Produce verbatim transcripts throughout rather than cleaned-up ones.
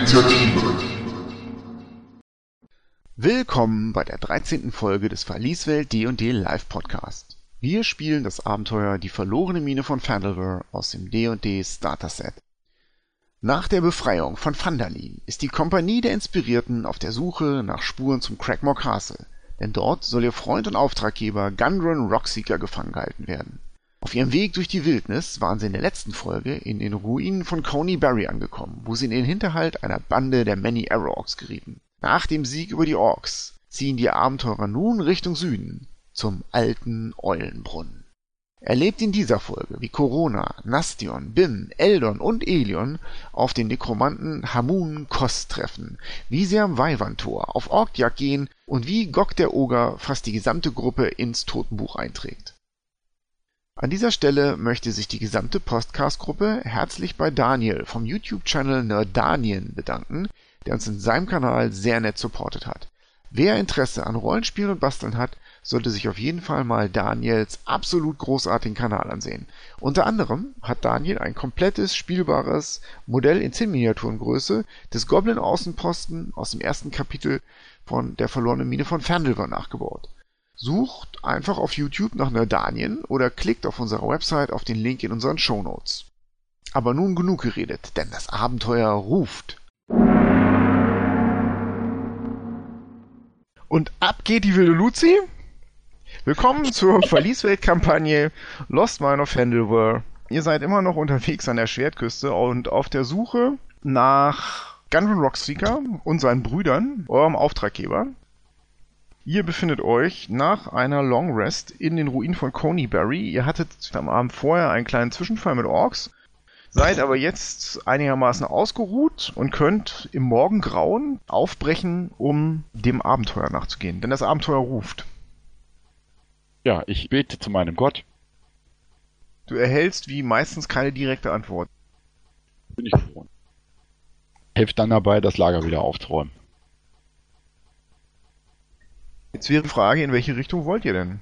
Initiative. Willkommen bei der dreizehnten Folge des Verlieswelt D und D Live Podcast. Wir spielen das Abenteuer Die verlorene Mine von Phandelver aus dem D und D Starter Set. Nach der Befreiung von Phandalin ist die Kompanie der Inspirierten auf der Suche nach Spuren zum Crackmore Castle, denn dort soll ihr Freund und Auftraggeber Gundren Rockseeker gefangen gehalten werden. Auf ihrem Weg durch die Wildnis waren sie in der letzten Folge in den Ruinen von Coney Barry angekommen, wo sie in den Hinterhalt einer Bande der Many Arrow Orcs gerieten. Nach dem Sieg über die Orks ziehen die Abenteurer nun Richtung Süden, zum alten Eulenbrunnen. Erlebt in dieser Folge, wie Corona, Nastion, Bim, Eldon und Elion auf den Nekromanten Hamun Kost treffen, wie sie am Weiwantor auf Orkjagd gehen und wie Gog der Oger fast die gesamte Gruppe ins Totenbuch einträgt. An dieser Stelle möchte sich die gesamte Podcast-Gruppe herzlich bei Daniel vom YouTube-Channel Nerdanien bedanken, der uns in seinem Kanal sehr nett supportet hat. Wer Interesse an Rollenspielen und Basteln hat, sollte sich auf jeden Fall mal Daniels absolut großartigen Kanal ansehen. Unter anderem hat Daniel ein komplettes, spielbares Modell in zehn Miniaturengröße des Goblin-Außenposten aus dem ersten Kapitel von Der verlorene Mine von Phandelver nachgebaut. Sucht einfach auf YouTube nach Nerdanien oder klickt auf unserer Website auf den Link in unseren Shownotes. Aber nun genug geredet, denn das Abenteuer ruft. Und ab geht die wilde Luzi. Willkommen zur Verlieswelt-Kampagne Lost Mine of Phandelver. Ihr seid immer noch unterwegs an der Schwertküste und auf der Suche nach Gundren Rockseeker und seinen Brüdern, eurem Auftraggeber. Ihr befindet euch nach einer Long Rest in den Ruinen von Coney Barry. Ihr hattet am Abend vorher einen kleinen Zwischenfall mit Orks, seid aber jetzt einigermaßen ausgeruht und könnt im Morgengrauen aufbrechen, um dem Abenteuer nachzugehen. Denn das Abenteuer ruft. Ja, ich bete zu meinem Gott. Du erhältst wie meistens keine direkte Antwort. Bin ich froh. Helft dann dabei, das Lager wieder aufzuräumen. Jetzt wäre die Frage, in welche Richtung wollt ihr denn?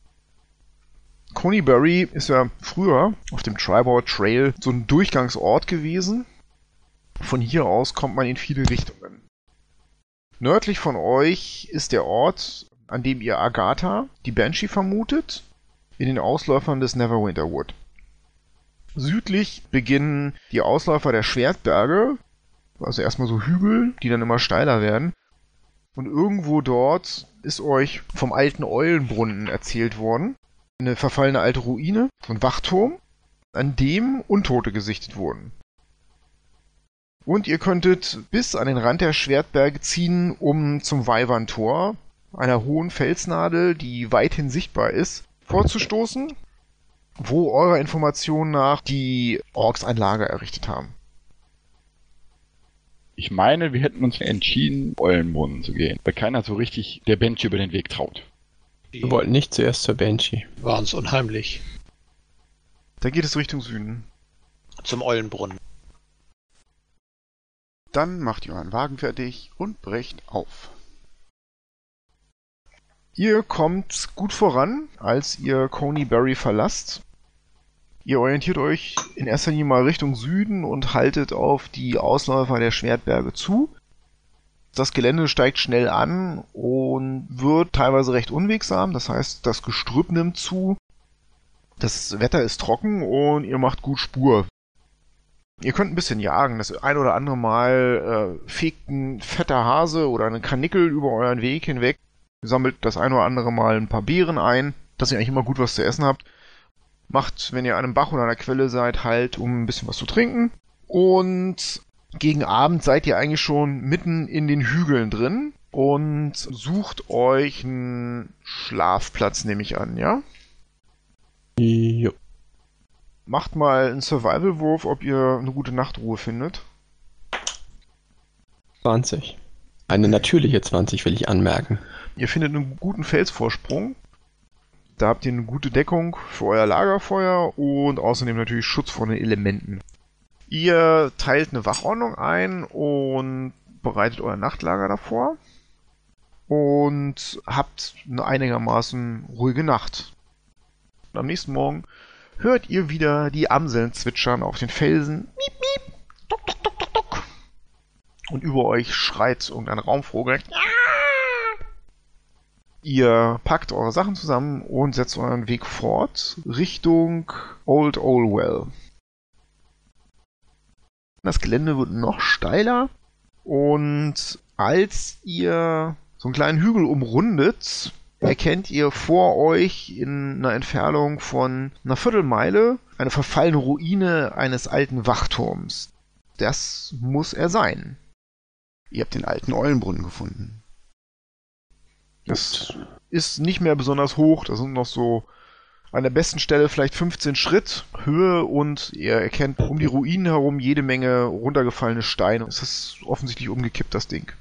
Coney Barry ist ja früher auf dem Tribord Trail so ein Durchgangsort gewesen. Von hier aus kommt man in viele Richtungen. Nördlich von euch ist der Ort, an dem ihr Agatha, die Banshee, vermutet, in den Ausläufern des Neverwinter-Wood. Südlich beginnen die Ausläufer der Schwertberge, also erstmal so Hügel, die dann immer steiler werden. Und irgendwo dort ist euch vom alten Eulenbrunnen erzählt worden. Eine verfallene alte Ruine, so ein Wachturm, an dem Untote gesichtet wurden. Und ihr könntet bis an den Rand der Schwertberge ziehen, um zum Weiwantor, einer hohen Felsnadel, die weithin sichtbar ist, vorzustoßen, wo eurer Information nach die Orks ein Lager errichtet haben. Ich meine, wir hätten uns entschieden, Eulenbrunnen zu gehen, weil keiner so richtig der Banshee über den Weg traut. Wir wollten nicht zuerst zur Banshee. Waren es unheimlich. Da geht es Richtung Süden. Zum Eulenbrunnen. Dann macht ihr euren Wagen fertig und brecht auf. Ihr kommt gut voran, als ihr Coney Barry verlasst. Ihr orientiert euch in erster Linie mal Richtung Süden und haltet auf die Ausläufer der Schwertberge zu. Das Gelände steigt schnell an und wird teilweise recht unwegsam, das heißt, das Gestrüpp nimmt zu. Das Wetter ist trocken und ihr macht gut Spur. Ihr könnt ein bisschen jagen, das ein oder andere Mal äh, fegt ein fetter Hase oder eine Karnickel über euren Weg hinweg. Ihr sammelt das ein oder andere Mal ein paar Beeren ein, dass ihr eigentlich immer gut was zu essen habt. Macht, wenn ihr an einem Bach oder einer Quelle seid, halt, um ein bisschen was zu trinken. Und gegen Abend seid ihr eigentlich schon mitten in den Hügeln drin und sucht euch einen Schlafplatz, nehme ich an, ja? Jo. Macht mal einen Survival-Wurf, ob ihr eine gute Nachtruhe findet. zwanzig. Eine natürliche zwanzig will ich anmerken. Ihr findet einen guten Felsvorsprung. Da habt ihr eine gute Deckung für euer Lagerfeuer und außerdem natürlich Schutz vor den Elementen. Ihr teilt eine Wachordnung ein und bereitet euer Nachtlager davor und habt eine einigermaßen ruhige Nacht. Und am nächsten Morgen hört ihr wieder die Amseln zwitschern auf den Felsen. Miep, miep, tok, tok, tok, tok, tok. und über euch schreit irgendein Raumvogel. Ihr packt eure Sachen zusammen und setzt euren Weg fort Richtung Old Olwell. Das Gelände wird noch steiler und als ihr so einen kleinen Hügel umrundet, erkennt ihr vor euch in einer Entfernung von einer Viertelmeile eine verfallene Ruine eines alten Wachturms. Das muss er sein. Ihr habt den alten Eulenbrunnen gefunden. Das ist nicht mehr besonders hoch, das sind noch so an der besten Stelle vielleicht fünfzehn Schritt Höhe und ihr erkennt um die Ruinen herum jede Menge runtergefallene Steine. Es ist offensichtlich umgekippt, das Ding.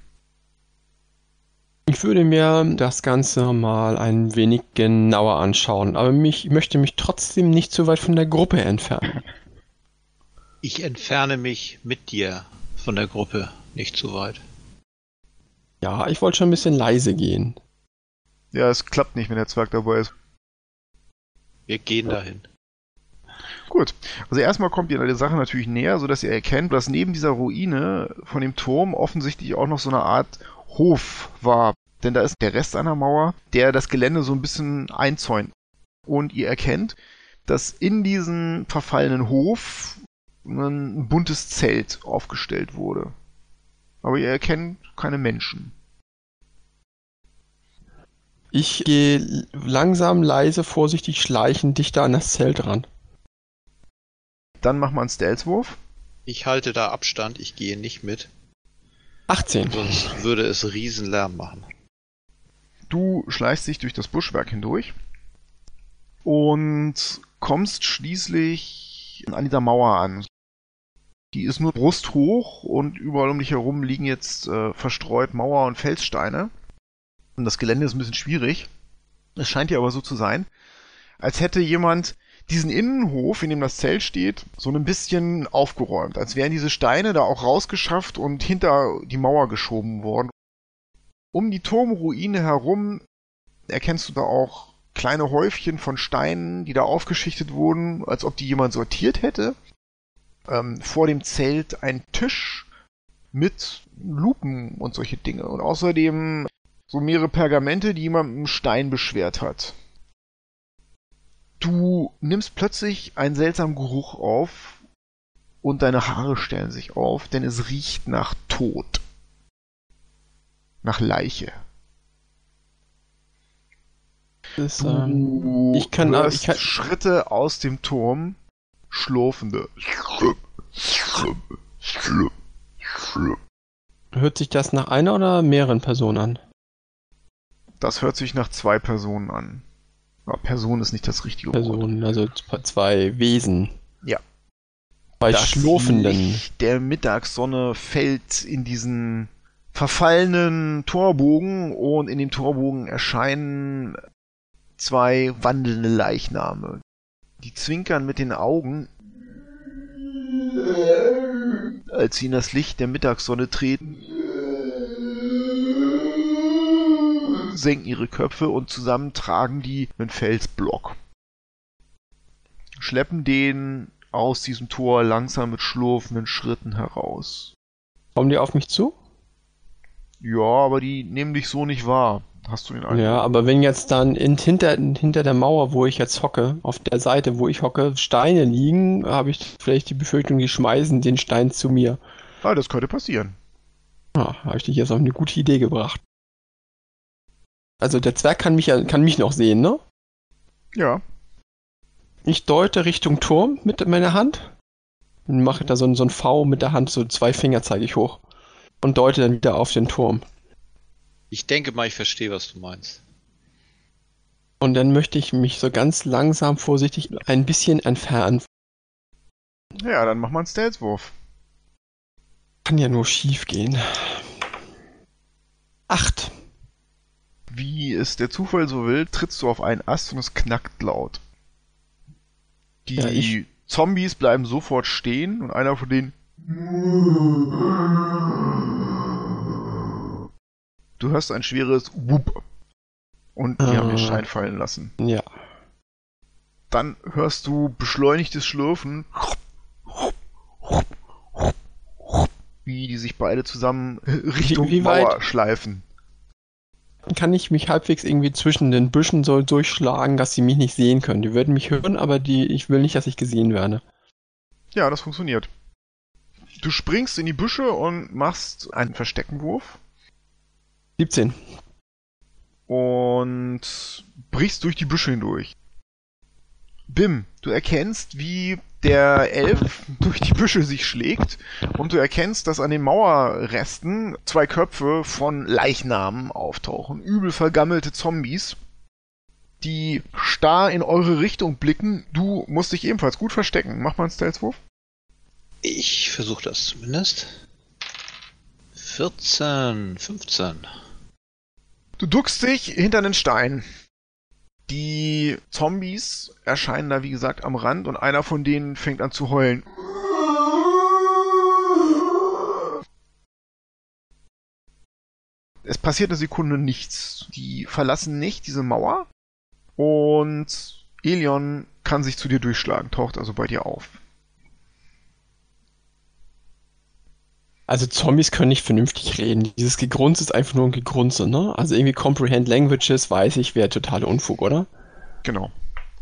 Ich würde mir das Ganze mal ein wenig genauer anschauen, aber mich, ich möchte mich trotzdem nicht zu weit von der Gruppe entfernen. Ich entferne mich mit dir von der Gruppe, nicht zu weit. Ja, ich wollte schon ein bisschen leise gehen. Ja, es klappt nicht, wenn der Zwerg dabei ist. Wir gehen dahin. Gut, also erstmal kommt ihr an der Sache natürlich näher, sodass ihr erkennt, dass neben dieser Ruine von dem Turm offensichtlich auch noch so eine Art Hof war. Denn da ist der Rest einer Mauer, der das Gelände so ein bisschen einzäunt. Und ihr erkennt, dass in diesem verfallenen Hof ein buntes Zelt aufgestellt wurde. Aber ihr erkennt keine Menschen. Ich gehe langsam, leise, vorsichtig, schleichend dichter an das Zelt ran. Dann mach mal einen Stealth-Wurf. Ich halte da Abstand, ich gehe nicht mit, achtzehn. sonst würde es Riesenlärm machen. Du schleichst dich durch das Buschwerk hindurch und kommst schließlich an dieser Mauer an. Die ist nur brusthoch und überall um dich herum liegen jetzt äh, verstreut Mauer- und Felssteine. Und das Gelände ist ein bisschen schwierig. Es scheint dir aber so zu sein, als hätte jemand diesen Innenhof, in dem das Zelt steht, so ein bisschen aufgeräumt. Als wären diese Steine da auch rausgeschafft und hinter die Mauer geschoben worden. Um die Turmruine herum erkennst du da auch kleine Häufchen von Steinen, die da aufgeschichtet wurden, als ob die jemand sortiert hätte. Ähm, vor dem Zelt ein Tisch mit Lupen und solche Dinge. Und außerdem so mehrere Pergamente, die jemand mit einem Stein beschwert hat. Du nimmst plötzlich einen seltsamen Geruch auf und deine Haare stellen sich auf, denn es riecht nach Tod. Nach Leiche. Das, Du ähm, ich kann, hörst ich kann Schritte aus dem Turm, schlurfende. Hört sich das nach einer oder mehreren Personen an? Das hört sich nach zwei Personen an. Aber Person ist nicht das richtige Wort. Personen, also z- zwei Wesen. Ja. Bei Das Schlurfenden. Licht der Mittagssonne fällt in diesen verfallenen Torbogen und in dem Torbogen erscheinen zwei wandelnde Leichname. Die zwinkern mit den Augen, als sie in das Licht der Mittagssonne treten, senken ihre Köpfe und zusammen tragen die einen Felsblock. Schleppen den aus diesem Tor langsam mit schlurfenden Schritten heraus. Kommen die auf mich zu? Ja, aber die nehmen dich so nicht wahr. Hast du den Eindruck? Ja, aber wenn jetzt dann in, hinter, hinter der Mauer, wo ich jetzt hocke, auf der Seite, wo ich hocke, Steine liegen, habe ich vielleicht die Befürchtung, die schmeißen den Stein zu mir. Ah, das könnte passieren. Ah, habe ich dich jetzt auf eine gute Idee gebracht. Also der Zwerg kann mich ja, kann mich noch sehen, ne? Ja. Ich deute Richtung Turm mit meiner Hand und mache da so ein, so ein V mit der Hand, so zwei Finger zeige ich hoch und deute dann wieder auf den Turm. Ich denke mal, ich verstehe, was du meinst. Und dann möchte ich mich so ganz langsam, vorsichtig ein bisschen entfernen. Ja, dann mach mal einen Stealth-Wurf. Kann ja nur schief gehen. Acht. Wie es der Zufall so will, trittst du auf einen Ast und es knackt laut. Die Ja, ich- Zombies bleiben sofort stehen und einer von denen... Du hörst ein schweres Wupp und die Ah. haben den Stein fallen lassen. Ja. Dann hörst du beschleunigtes Schlürfen, wie die sich beide zusammen Richtung Wie- wie Mauer weit? schleifen. Kann ich mich halbwegs irgendwie zwischen den Büschen so durchschlagen, dass sie mich nicht sehen können? Die würden mich hören, aber die, ich will nicht, dass ich gesehen werde. Ja, das funktioniert. Du springst in die Büsche und machst einen Versteckenwurf siebzehn. und brichst durch die Büsche hindurch. Bim, du erkennst, wie der Elf durch die Büsche sich schlägt und du erkennst, dass an den Mauerresten zwei Köpfe von Leichnamen auftauchen. Übel vergammelte Zombies, die starr in eure Richtung blicken. Du musst dich ebenfalls gut verstecken. Mach mal einen Stealth-Wurf. Ich versuche das zumindest. vierzehn, fünfzehn. Du duckst dich hinter einen Stein. Die Zombies erscheinen da, wie gesagt, am Rand und einer von denen fängt an zu heulen. Es passiert eine Sekunde nichts. Die verlassen nicht diese Mauer und Elion kann sich zu dir durchschlagen, taucht also bei dir auf. Also Zombies können nicht vernünftig reden. Dieses Gegrunze ist einfach nur ein Gegrunze, ne? Also irgendwie Comprehend Languages, weiß ich, wäre totaler Unfug, oder? Genau.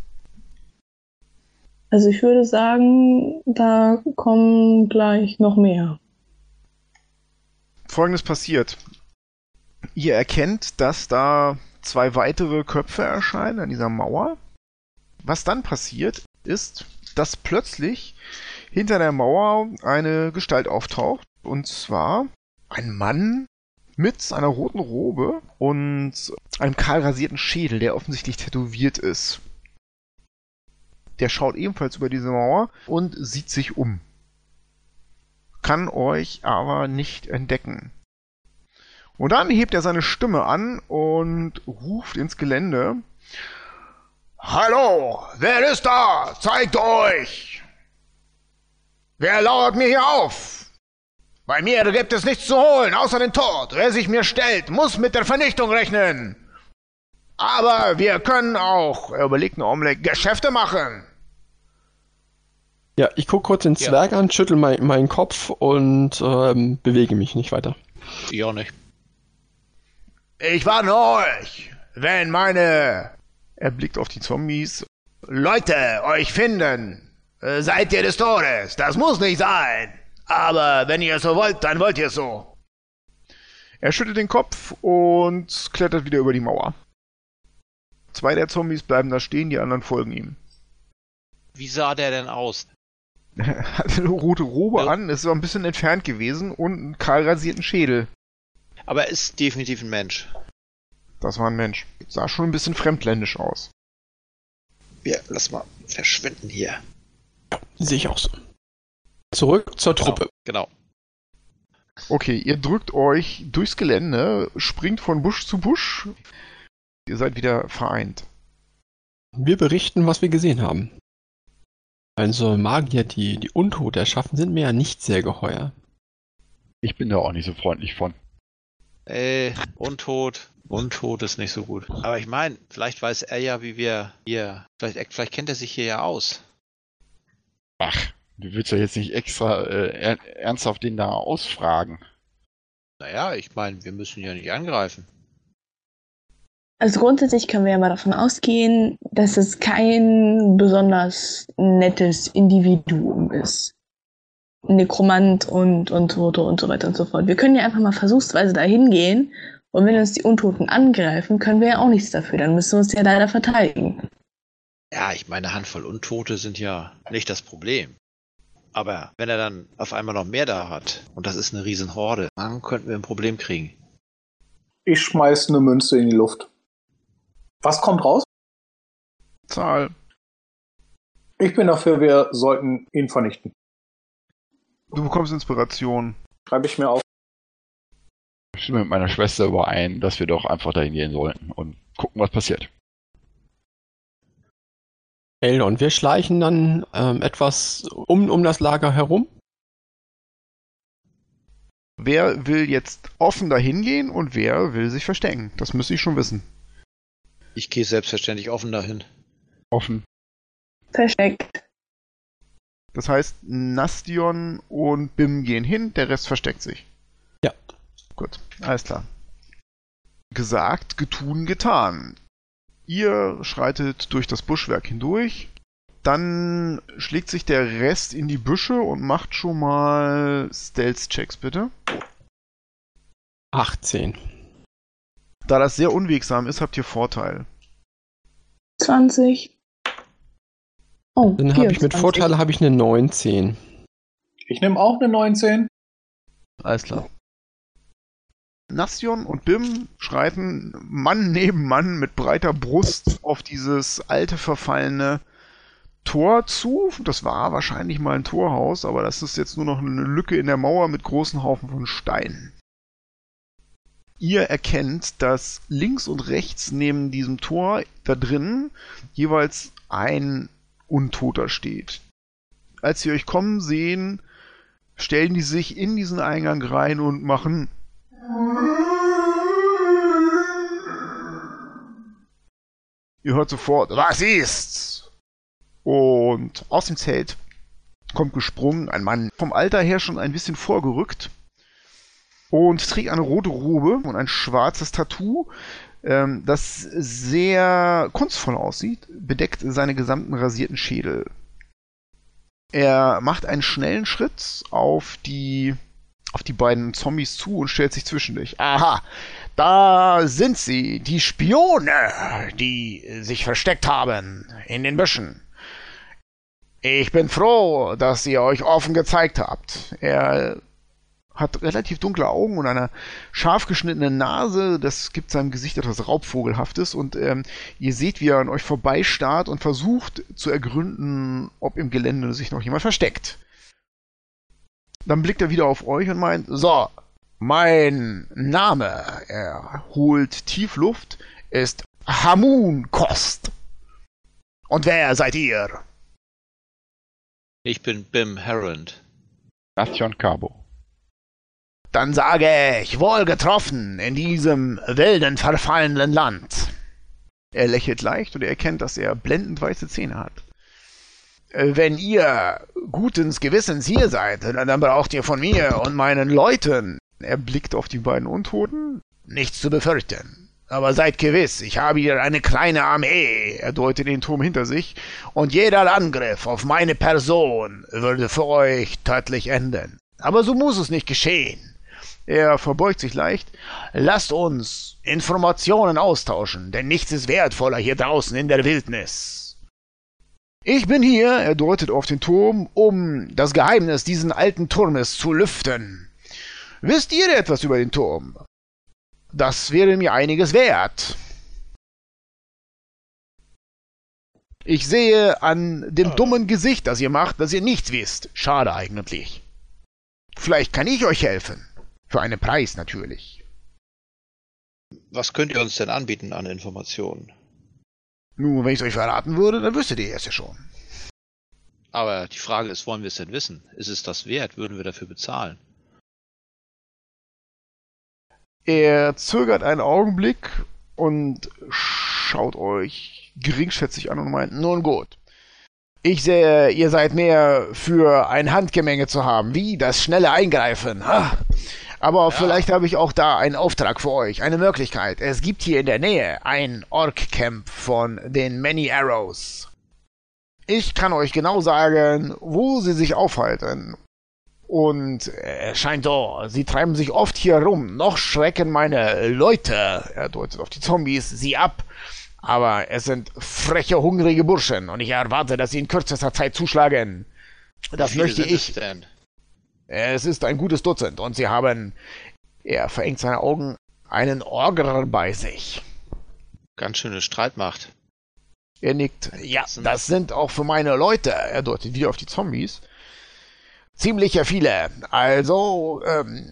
Also ich würde sagen, da kommen gleich noch mehr. Folgendes passiert. Ihr erkennt, dass da zwei weitere Köpfe erscheinen an dieser Mauer. Was dann passiert, ist, dass plötzlich hinter der Mauer eine Gestalt auftaucht. Und zwar ein Mann mit einer roten Robe und einem kahl rasierten Schädel, der offensichtlich tätowiert ist. Der schaut ebenfalls über diese Mauer und sieht sich um. Kann euch aber nicht entdecken. Und dann hebt er seine Stimme an und ruft ins Gelände. Hallo, wer ist da? Zeigt euch! Wer lauert mir hier auf? Bei mir gibt es nichts zu holen, außer den Tod. Wer sich mir stellt, muss mit der Vernichtung rechnen. Aber wir können auch, er überlegt einen Augenblick, Geschäfte machen. Ja, ich gucke kurz den Ja. Zwerg an, schüttel mein, meinen Kopf und ähm, bewege mich nicht weiter. Ich auch nicht. Ich warne euch, wenn meine, er blickt auf die Zombies, Leute euch finden, äh, seid ihr des Todes. Das muss nicht sein. Aber wenn ihr es so wollt, dann wollt ihr es so. Er schüttelt den Kopf und klettert wieder über die Mauer. Zwei der Zombies bleiben da stehen, die anderen folgen ihm. Wie sah der denn aus? Er hat eine rote Robe Ja. an, ist so ein bisschen entfernt gewesen und einen kahl rasierten Schädel. Aber er ist definitiv ein Mensch. Das war ein Mensch. Sah schon ein bisschen fremdländisch aus. Ja, lass mal verschwinden hier. Sehe ich auch so. Zurück zur Truppe. Genau. Okay, ihr drückt euch durchs Gelände, springt von Busch zu Busch. Ihr seid wieder vereint. Wir berichten, was wir gesehen haben. Also Magier, die die Untote erschaffen, sind mir ja nicht sehr geheuer. Ich bin da auch nicht so freundlich von. Äh, Untot. Untot ist nicht so gut. Aber ich meine, vielleicht weiß er ja, wie wir hier. Vielleicht, vielleicht kennt er sich hier ja aus. Ach, du willst ja jetzt nicht extra äh, er, ernsthaft den da ausfragen. Naja, ich meine, wir müssen ja nicht angreifen. Also grundsätzlich können wir ja mal davon ausgehen, dass es kein besonders nettes Individuum ist. Nekromant und Untote und so weiter und so fort. Wir können ja einfach mal versuchsweise da hingehen und wenn uns die Untoten angreifen, können wir ja auch nichts dafür. Dann müssen wir uns ja leider verteidigen. Ja, ich meine, eine Handvoll Untote sind ja nicht das Problem. Aber wenn er dann auf einmal noch mehr da hat und das ist eine riesen Horde, dann könnten wir ein Problem kriegen. Ich schmeiß eine Münze in die Luft. Was kommt raus? Zahl. Ich bin dafür, wir sollten ihn vernichten. Du bekommst Inspiration. Schreibe ich mir auf. Ich stimme mit meiner Schwester überein, dass wir doch einfach dahin gehen sollten und gucken, was passiert. Und wir schleichen dann ähm, etwas um, um das Lager herum. Wer will jetzt offen dahin gehen und wer will sich verstecken? Das müsste ich schon wissen. Ich gehe selbstverständlich offen dahin. Offen. Versteckt. Das heißt, Nastion und Bim gehen hin, der Rest versteckt sich. Ja. Gut, alles klar. Gesagt, getun, getan. Ihr schreitet durch das Buschwerk hindurch. Dann schlägt sich der Rest in die Büsche und macht schon mal Stealth-Checks, bitte. achtzehn. Da das sehr unwegsam ist, habt ihr Vorteil. zwanzig. Oh, Dann habe ich mit vierundzwanzig. Vorteil habe ich eine neunzehn. Ich nehme auch eine neunzehn. Alles klar. Nastion und Bim schreiten Mann neben Mann mit breiter Brust auf dieses alte, verfallene Tor zu. Das war wahrscheinlich mal ein Torhaus, aber das ist jetzt nur noch eine Lücke in der Mauer mit großen Haufen von Steinen. Ihr erkennt, dass links und rechts neben diesem Tor da drin jeweils ein Untoter steht. Als sie euch kommen sehen, stellen die sich in diesen Eingang rein und machen Ihr hört sofort, was ist's? Und aus dem Zelt kommt gesprungen ein Mann, vom Alter her schon ein bisschen vorgerückt und trägt eine rote Robe und ein schwarzes Tattoo, ähm, das sehr kunstvoll aussieht, bedeckt seinen gesamten rasierten Schädel. Er macht einen schnellen Schritt auf die, auf die beiden Zombies zu und stellt sich zwischen dich. Aha, da sind sie, die Spione, die sich versteckt haben in den Büschen. Ich bin froh, dass ihr euch offen gezeigt habt. Er hat relativ dunkle Augen und eine scharf geschnittene Nase. Das gibt seinem Gesicht etwas Raubvogelhaftes. Und ähm, ihr seht, wie er an euch vorbeistarrt und versucht zu ergründen, ob im Gelände sich noch jemand versteckt. Dann blickt er wieder auf euch und meint, so, mein Name, er holt tief Luft, ist Hamun Kost. Und wer seid ihr? Ich bin Bim Harrond. Nastion Cabo. Dann sage ich, wohl getroffen in diesem wilden, verfallenen Land. Er lächelt leicht und er erkennt, dass er blendend weiße Zähne hat. Wenn ihr gutens Gewissens hier seid, dann braucht ihr von mir und meinen Leuten, er blickt auf die beiden Untoten, nichts zu befürchten. Aber seid gewiss, ich habe hier eine kleine Armee, er deutet den Turm hinter sich, und jeder Angriff auf meine Person würde für euch tödlich enden. Aber so muss es nicht geschehen. Er verbeugt sich leicht. Lasst uns Informationen austauschen, denn nichts ist wertvoller hier draußen in der Wildnis. Ich bin hier, er deutet auf den Turm, um das Geheimnis dieses alten Turmes zu lüften. Wisst ihr etwas über den Turm? Das wäre mir einiges wert. Ich sehe an dem dummen Gesicht, das ihr macht, dass ihr nichts wisst. Schade eigentlich. Vielleicht kann ich euch helfen. Für einen Preis natürlich. Was könnt ihr uns denn anbieten an Informationen? Nun, wenn ich es euch verraten würde, dann wüsstet ihr es ja schon. Aber die Frage ist, wollen wir es denn wissen? Ist es das wert? Würden wir dafür bezahlen? Er zögert einen Augenblick und schaut euch geringschätzig an und meint, nun gut. Ich sehe, ihr seid mehr für ein Handgemenge zu haben, wie das schnelle Eingreifen. Ha. Aber ja. Vielleicht habe ich auch da einen Auftrag für euch, eine Möglichkeit. Es gibt hier in der Nähe ein Ork-Camp von den Many Arrows. Ich kann euch genau sagen, wo sie sich aufhalten. Und es scheint so, sie treiben sich oft hier rum. Noch schrecken meine Leute, er deutet auf die Zombies, sie ab. Aber es sind freche, hungrige Burschen und ich erwarte, dass sie in kürzester Zeit zuschlagen. Das möchte ich. Denn? Es ist ein gutes Dutzend und sie haben, er verengt seine Augen, einen Orger bei sich. Ganz schöne Streitmacht. Er nickt. Ja, das sind auch für meine Leute, er deutet wieder auf die Zombies. Ziemlich viele. Also, ähm,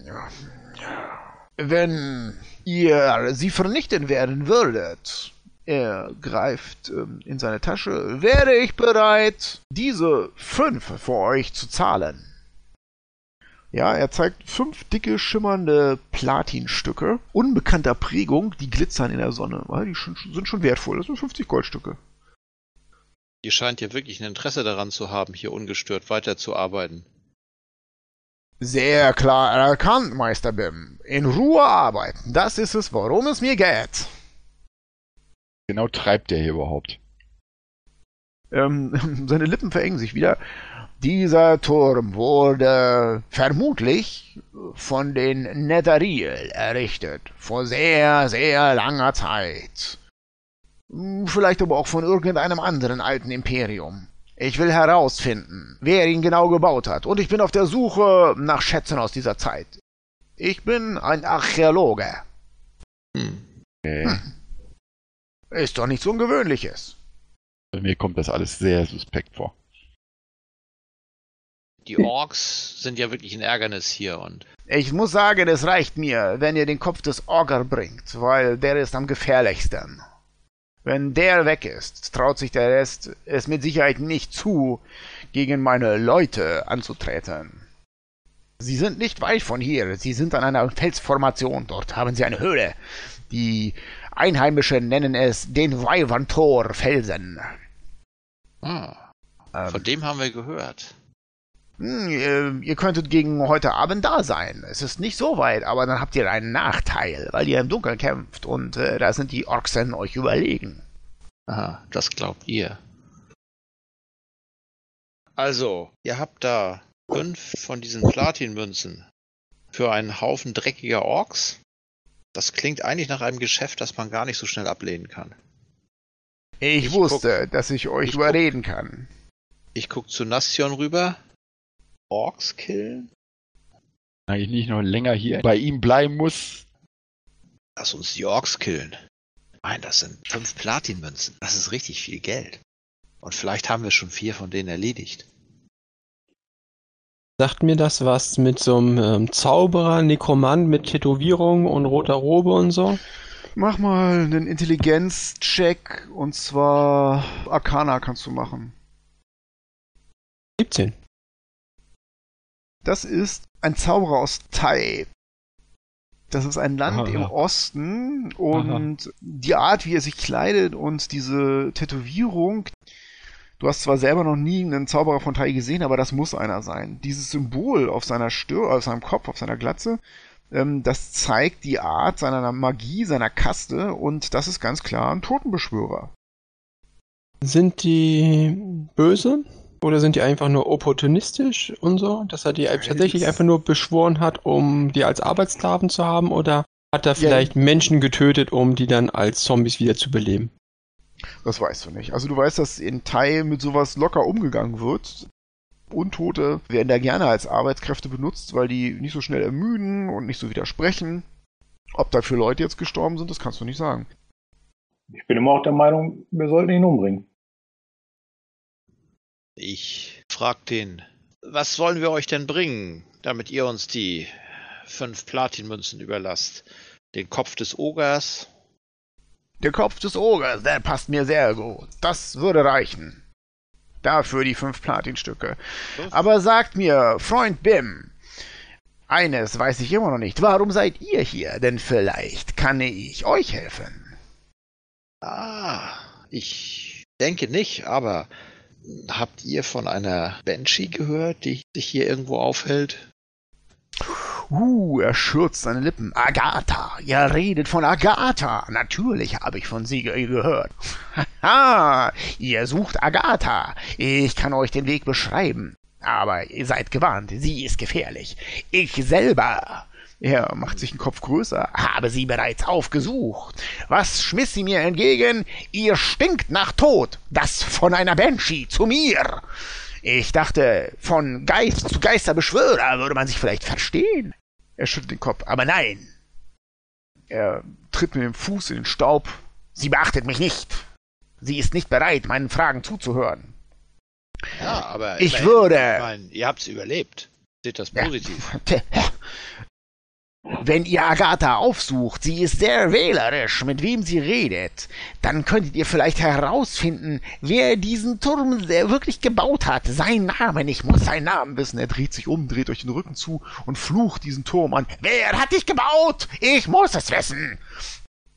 wenn ihr sie vernichten werden würdet, er greift ähm, in seine Tasche, wäre ich bereit, diese fünf für euch zu zahlen. Ja, er zeigt fünf dicke, schimmernde Platinstücke, unbekannter Prägung, die glitzern in der Sonne. Die sind schon wertvoll, das sind fünfzig Goldstücke. Ihr scheint ja wirklich ein Interesse daran zu haben, hier ungestört weiterzuarbeiten. Sehr klar erkannt, Meister Bim. In Ruhe arbeiten, das ist es, worum es mir geht. Genau treibt der hier überhaupt? Ähm, seine Lippen verengen sich wieder. Dieser Turm wurde vermutlich von den Netheril errichtet. Vor sehr, sehr langer Zeit. Vielleicht aber auch von irgendeinem anderen alten Imperium. Ich will herausfinden, wer ihn genau gebaut hat. Und ich bin auf der Suche nach Schätzen aus dieser Zeit. Ich bin ein Archäologe. Hm. Okay. Hm. Ist doch nichts Ungewöhnliches. Bei mir kommt das alles sehr suspekt vor. Die Orks sind ja wirklich ein Ärgernis hier und... Ich muss sagen, es reicht mir, wenn ihr den Kopf des Ogre bringt, weil der ist am gefährlichsten. Wenn der weg ist, traut sich der Rest es mit Sicherheit nicht zu, gegen meine Leute anzutreten. Sie sind nicht weit von hier, sie sind an einer Felsformation, dort haben sie eine Höhle. Die Einheimischen nennen es den Wyvern-Tor-Felsen. Ah, Ähm, von dem haben wir gehört. Hm, ihr, ihr könntet gegen heute Abend da sein. Es ist nicht so weit, aber dann habt ihr einen Nachteil, weil ihr im Dunkeln kämpft und äh, da sind die Orksen euch überlegen. Aha, das glaubt ihr. Also, ihr habt da fünf von diesen Platinmünzen für einen Haufen dreckiger Orks. Das klingt eigentlich nach einem Geschäft, das man gar nicht so schnell ablehnen kann. Ich, Ich wusste, dass ich euch ich überreden kann. Ich guck zu Nastion rüber. Orks killen? Eigentlich nicht noch länger hier bei ihm bleiben muss. Lass uns die Orks killen. Nein, das sind fünf Platinmünzen. Das ist richtig viel Geld. Und vielleicht haben wir schon vier von denen erledigt. Sagt mir das was mit so einem ähm, Zauberer, Nekromant mit Tätowierung und roter Robe und so? Mach mal einen Intelligenz-Check und zwar Arcana kannst du machen. siebzehn. Das ist ein Zauberer aus Tai. Das ist ein Land Aha. im Osten und Aha. die Art, wie er sich kleidet und diese Tätowierung. Du hast zwar selber noch nie einen Zauberer von Tai gesehen, aber das muss einer sein. Dieses Symbol auf seiner Stirn, auf seinem Kopf, auf seiner Glatze, ähm, das zeigt die Art seiner Magie, seiner Kaste und das ist ganz klar ein Totenbeschwörer. Sind die böse? Oder sind die einfach nur opportunistisch und so, dass er die tatsächlich einfach nur beschworen hat, um die als Arbeitssklaven zu haben? Oder hat er vielleicht ja. Menschen getötet, um die dann als Zombies wieder zu beleben? Das weißt du nicht. Also du weißt, dass in Tai mit sowas locker umgegangen wird. Untote werden da gerne als Arbeitskräfte benutzt, weil die nicht so schnell ermüden und nicht so widersprechen. Ob dafür Leute jetzt gestorben sind, das kannst du nicht sagen. Ich bin immer auch der Meinung, wir sollten ihn umbringen. Ich frag den, was wollen wir euch denn bringen, damit ihr uns die fünf Platinmünzen überlasst? Den Kopf des Ogers? Der Kopf des Ogers, der passt mir sehr gut. Das würde reichen. Dafür die fünf Platinstücke. Fünf? Aber sagt mir, Freund Bim, eines weiß ich immer noch nicht. Warum seid ihr hier? Denn vielleicht kann ich euch helfen. Ah, ich denke nicht, aber... Habt ihr von einer Banshee gehört, die sich hier irgendwo aufhält? Uh, er schürzt seine Lippen. Agatha, ihr redet von Agatha. Natürlich habe ich von sie ge- gehört. Haha, ihr sucht Agatha. Ich kann euch den Weg beschreiben. Aber ihr seid gewarnt, sie ist gefährlich. Ich selber... Er macht sich den Kopf größer. Habe sie bereits aufgesucht. Was schmiss sie mir entgegen? Ihr stinkt nach Tod. Das von einer Banshee zu mir. Ich dachte, von Geist zu Geisterbeschwörer würde man sich vielleicht verstehen. Er schüttelt den Kopf. Aber nein. Er tritt mit dem Fuß in den Staub. Sie beachtet mich nicht. Sie ist nicht bereit, meinen Fragen zuzuhören. Ja, aber ich würde... Ich meine, ihr habt's überlebt. Seht das positiv. Ja. Wenn ihr Agatha aufsucht, sie ist sehr wählerisch, mit wem sie redet, dann könntet ihr vielleicht herausfinden, wer diesen Turm wirklich gebaut hat. Sein Name, ich muss seinen Namen wissen. Er dreht sich um, dreht euch den Rücken zu und flucht diesen Turm an. Wer hat dich gebaut? Ich muss es wissen.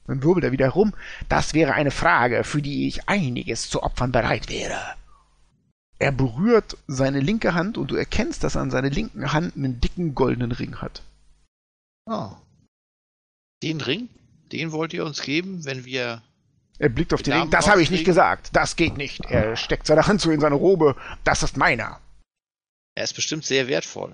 Dann wirbelt er wieder rum. Das wäre eine Frage, für die ich einiges zu opfern bereit wäre. Er berührt seine linke Hand und du erkennst, dass er an seiner linken Hand einen dicken goldenen Ring hat. Oh. Den Ring, den wollt ihr uns geben, wenn wir... Er blickt auf den Namen Ring. Das habe ich nicht rauskriegen? gesagt. Das geht nicht. Er steckt seine Hand so in seine Robe. Das ist meiner. Er ist bestimmt sehr wertvoll.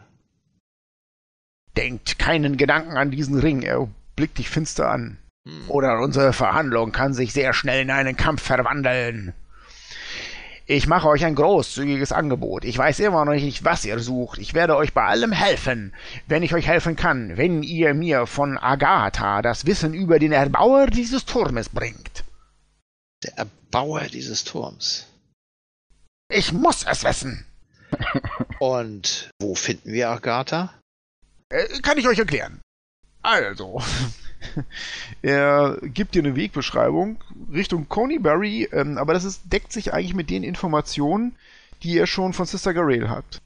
Denkt keinen Gedanken an diesen Ring. Er blickt dich finster an. Hm. Oder unsere Verhandlung kann sich sehr schnell in einen Kampf verwandeln. Ich mache euch ein großzügiges Angebot. Ich weiß immer noch nicht, was ihr sucht. Ich werde euch bei allem helfen, wenn ich euch helfen kann, wenn ihr mir von Agatha das Wissen über den Erbauer dieses Turmes bringt. Der Erbauer dieses Turms. Ich muss es wissen. Und wo finden wir Agatha? Äh, kann ich euch erklären. Also, er gibt dir eine Wegbeschreibung Richtung Coneybury, ähm, aber das ist, deckt sich eigentlich mit den Informationen, die ihr schon von Sister Garaele habt.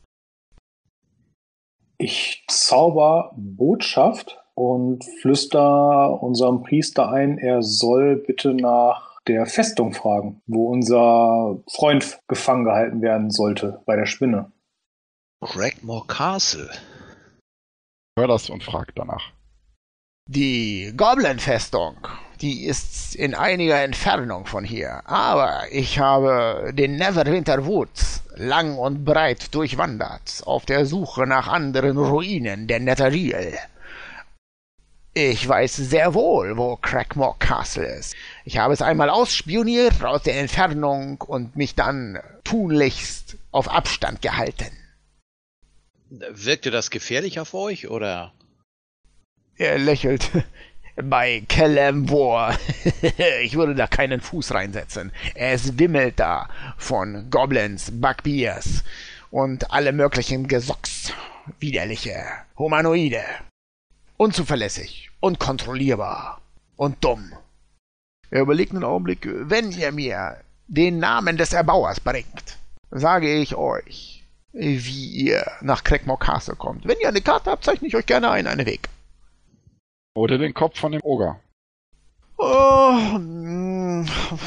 Ich zauber Botschaft und flüster unserem Priester ein, er soll bitte nach der Festung fragen, wo unser Freund gefangen gehalten werden sollte, bei der Spinne. Cragmore Castle. Hör das und frag danach. Die Goblin-Festung, die ist in einiger Entfernung von hier, aber ich habe den Neverwinter Woods lang und breit durchwandert, auf der Suche nach anderen Ruinen der Netheril. Ich weiß sehr wohl, wo Cragmore Castle ist. Ich habe es einmal ausspioniert aus der Entfernung und mich dann tunlichst auf Abstand gehalten. Wirkte das gefährlich auf euch, oder? Er lächelt. Bei Kellamvor. Ich würde da keinen Fuß reinsetzen. Es wimmelt da von Goblins, Bugbears und alle möglichen Gesocks. Widerliche Humanoide. Unzuverlässig, unkontrollierbar und dumm. Er überlegt einen Augenblick. Wenn ihr mir den Namen des Erbauers bringt, sage ich euch, wie ihr nach Cragmore Castle kommt. Wenn ihr eine Karte habt, zeichne ich euch gerne ein, einen Weg. Oder den Kopf von dem Oger. Oh, mm,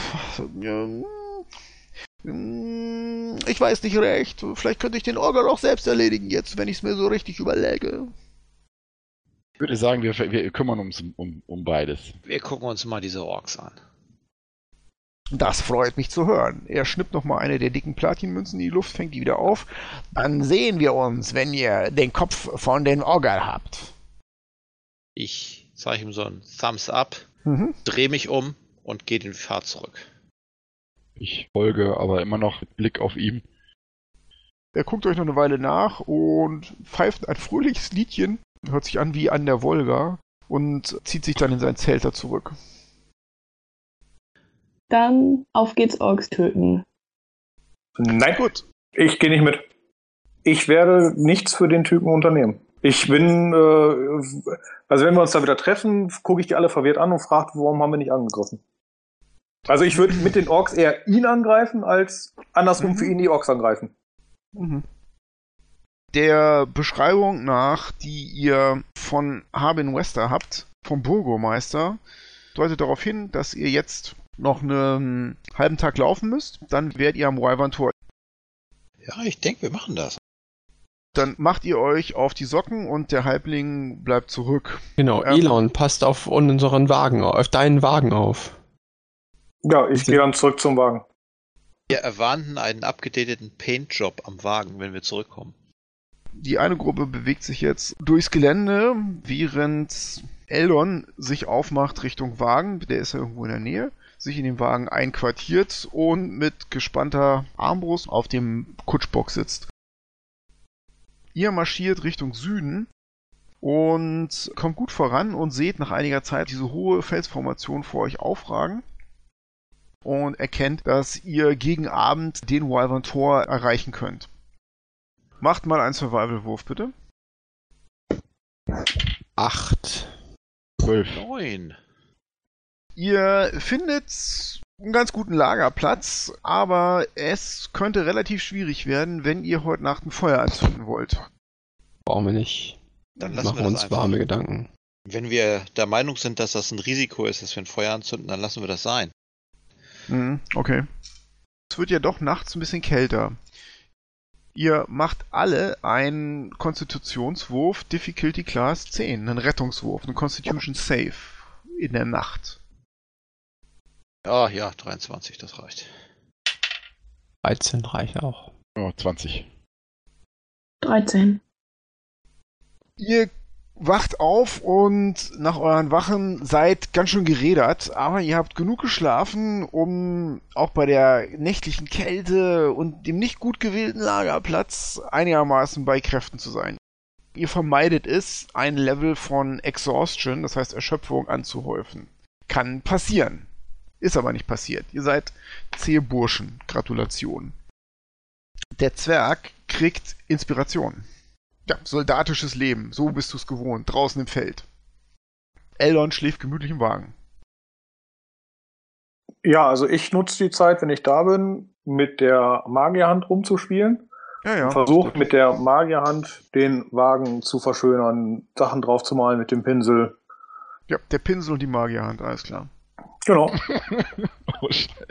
mm, ich weiß nicht recht. Vielleicht könnte ich den Orgel auch selbst erledigen jetzt, wenn ich es mir so richtig überlege. Ich würde sagen, wir, wir kümmern uns um, um beides. Wir gucken uns mal diese Orks an. Das freut mich zu hören. Er schnippt nochmal eine der dicken Platinmünzen in die Luft, fängt die wieder auf. Dann sehen wir uns, wenn ihr den Kopf von den Orgel habt. Ich zeige ihm so ein Thumbs up, Mhm. drehe mich um und gehe den Pfad zurück. Ich folge aber immer noch mit Blick auf ihn. Er guckt euch noch eine Weile nach und pfeift ein fröhliches Liedchen. Hört sich an wie an der Wolga und zieht sich dann in sein Zelt da zurück. Dann auf geht's, Orks töten. Nein, gut. Ich gehe nicht mit. Ich werde nichts für den Typen unternehmen. Ich bin, äh, also wenn wir uns da wieder treffen, gucke ich die alle verwirrt an und frage, warum haben wir nicht angegriffen? Also ich würde mit den Orks eher ihn angreifen, als andersrum Mhm. für ihn die Orks angreifen. Mhm. Der Beschreibung nach, die ihr von Harbin Wester habt, vom Burgomeister, deutet darauf hin, dass ihr jetzt noch einen halben Tag laufen müsst. Dann werdet ihr am Wyvern-Tor. Ja, ich denke, wir machen das. Dann macht ihr euch auf die Socken und der Halbling bleibt zurück. Genau, Ähm. Elon, passt auf unseren Wagen, auf deinen Wagen auf. Ja, ich gehe dann zurück zum Wagen. Wir erwarten einen abgedateten Paintjob am Wagen, wenn wir zurückkommen. Die eine Gruppe bewegt sich jetzt durchs Gelände, während Eldon sich aufmacht Richtung Wagen. Der ist ja irgendwo in der Nähe. Sich in den Wagen einquartiert und mit gespannter Armbrust auf dem Kutschbock sitzt. Ihr marschiert Richtung Süden und kommt gut voran und seht nach einiger Zeit diese hohe Felsformation vor euch aufragen und erkennt, dass ihr gegen Abend den Wyvern Tor erreichen könnt. Macht mal einen Survival-Wurf, bitte. Acht. Zwölf. Neun. Ihr findet einen ganz guten Lagerplatz, aber es könnte relativ schwierig werden, wenn ihr heute Nacht ein Feuer anzünden wollt. Brauchen wir nicht. Dann lassen Machen wir wir das uns einfach. warme Gedanken. Wenn wir der Meinung sind, dass das ein Risiko ist, dass wir ein Feuer anzünden, dann lassen wir das sein. Mhm, okay. Es wird ja doch nachts ein bisschen kälter. Ihr macht alle einen Konstitutionswurf Difficulty Class zehn, einen Rettungswurf, einen Constitution Save in der Nacht. Ah ja, dreiundzwanzig, das reicht. dreizehn reicht auch. Oh, zwanzig. dreizehn. Ihr wacht auf und nach euren Wachen seid ganz schön gerädert, aber ihr habt genug geschlafen, um auch bei der nächtlichen Kälte und dem nicht gut gewählten Lagerplatz einigermaßen bei Kräften zu sein. Ihr vermeidet es, ein Level von Exhaustion, das heißt Erschöpfung, anzuhäufen. Kann passieren. Ist aber nicht passiert. Ihr seid zähe Burschen. Gratulation. Der Zwerg kriegt Inspiration. Ja, soldatisches Leben. So bist du es gewohnt. Draußen im Feld. Eldon schläft gemütlich im Wagen. Ja, also ich nutze die Zeit, wenn ich da bin, mit der Magierhand rumzuspielen. Ja, ja. Versuche mit der Magierhand den Wagen zu verschönern, Sachen drauf zu malen mit dem Pinsel. Ja, der Pinsel und die Magierhand, alles klar. Genau. Oh, Scheiße.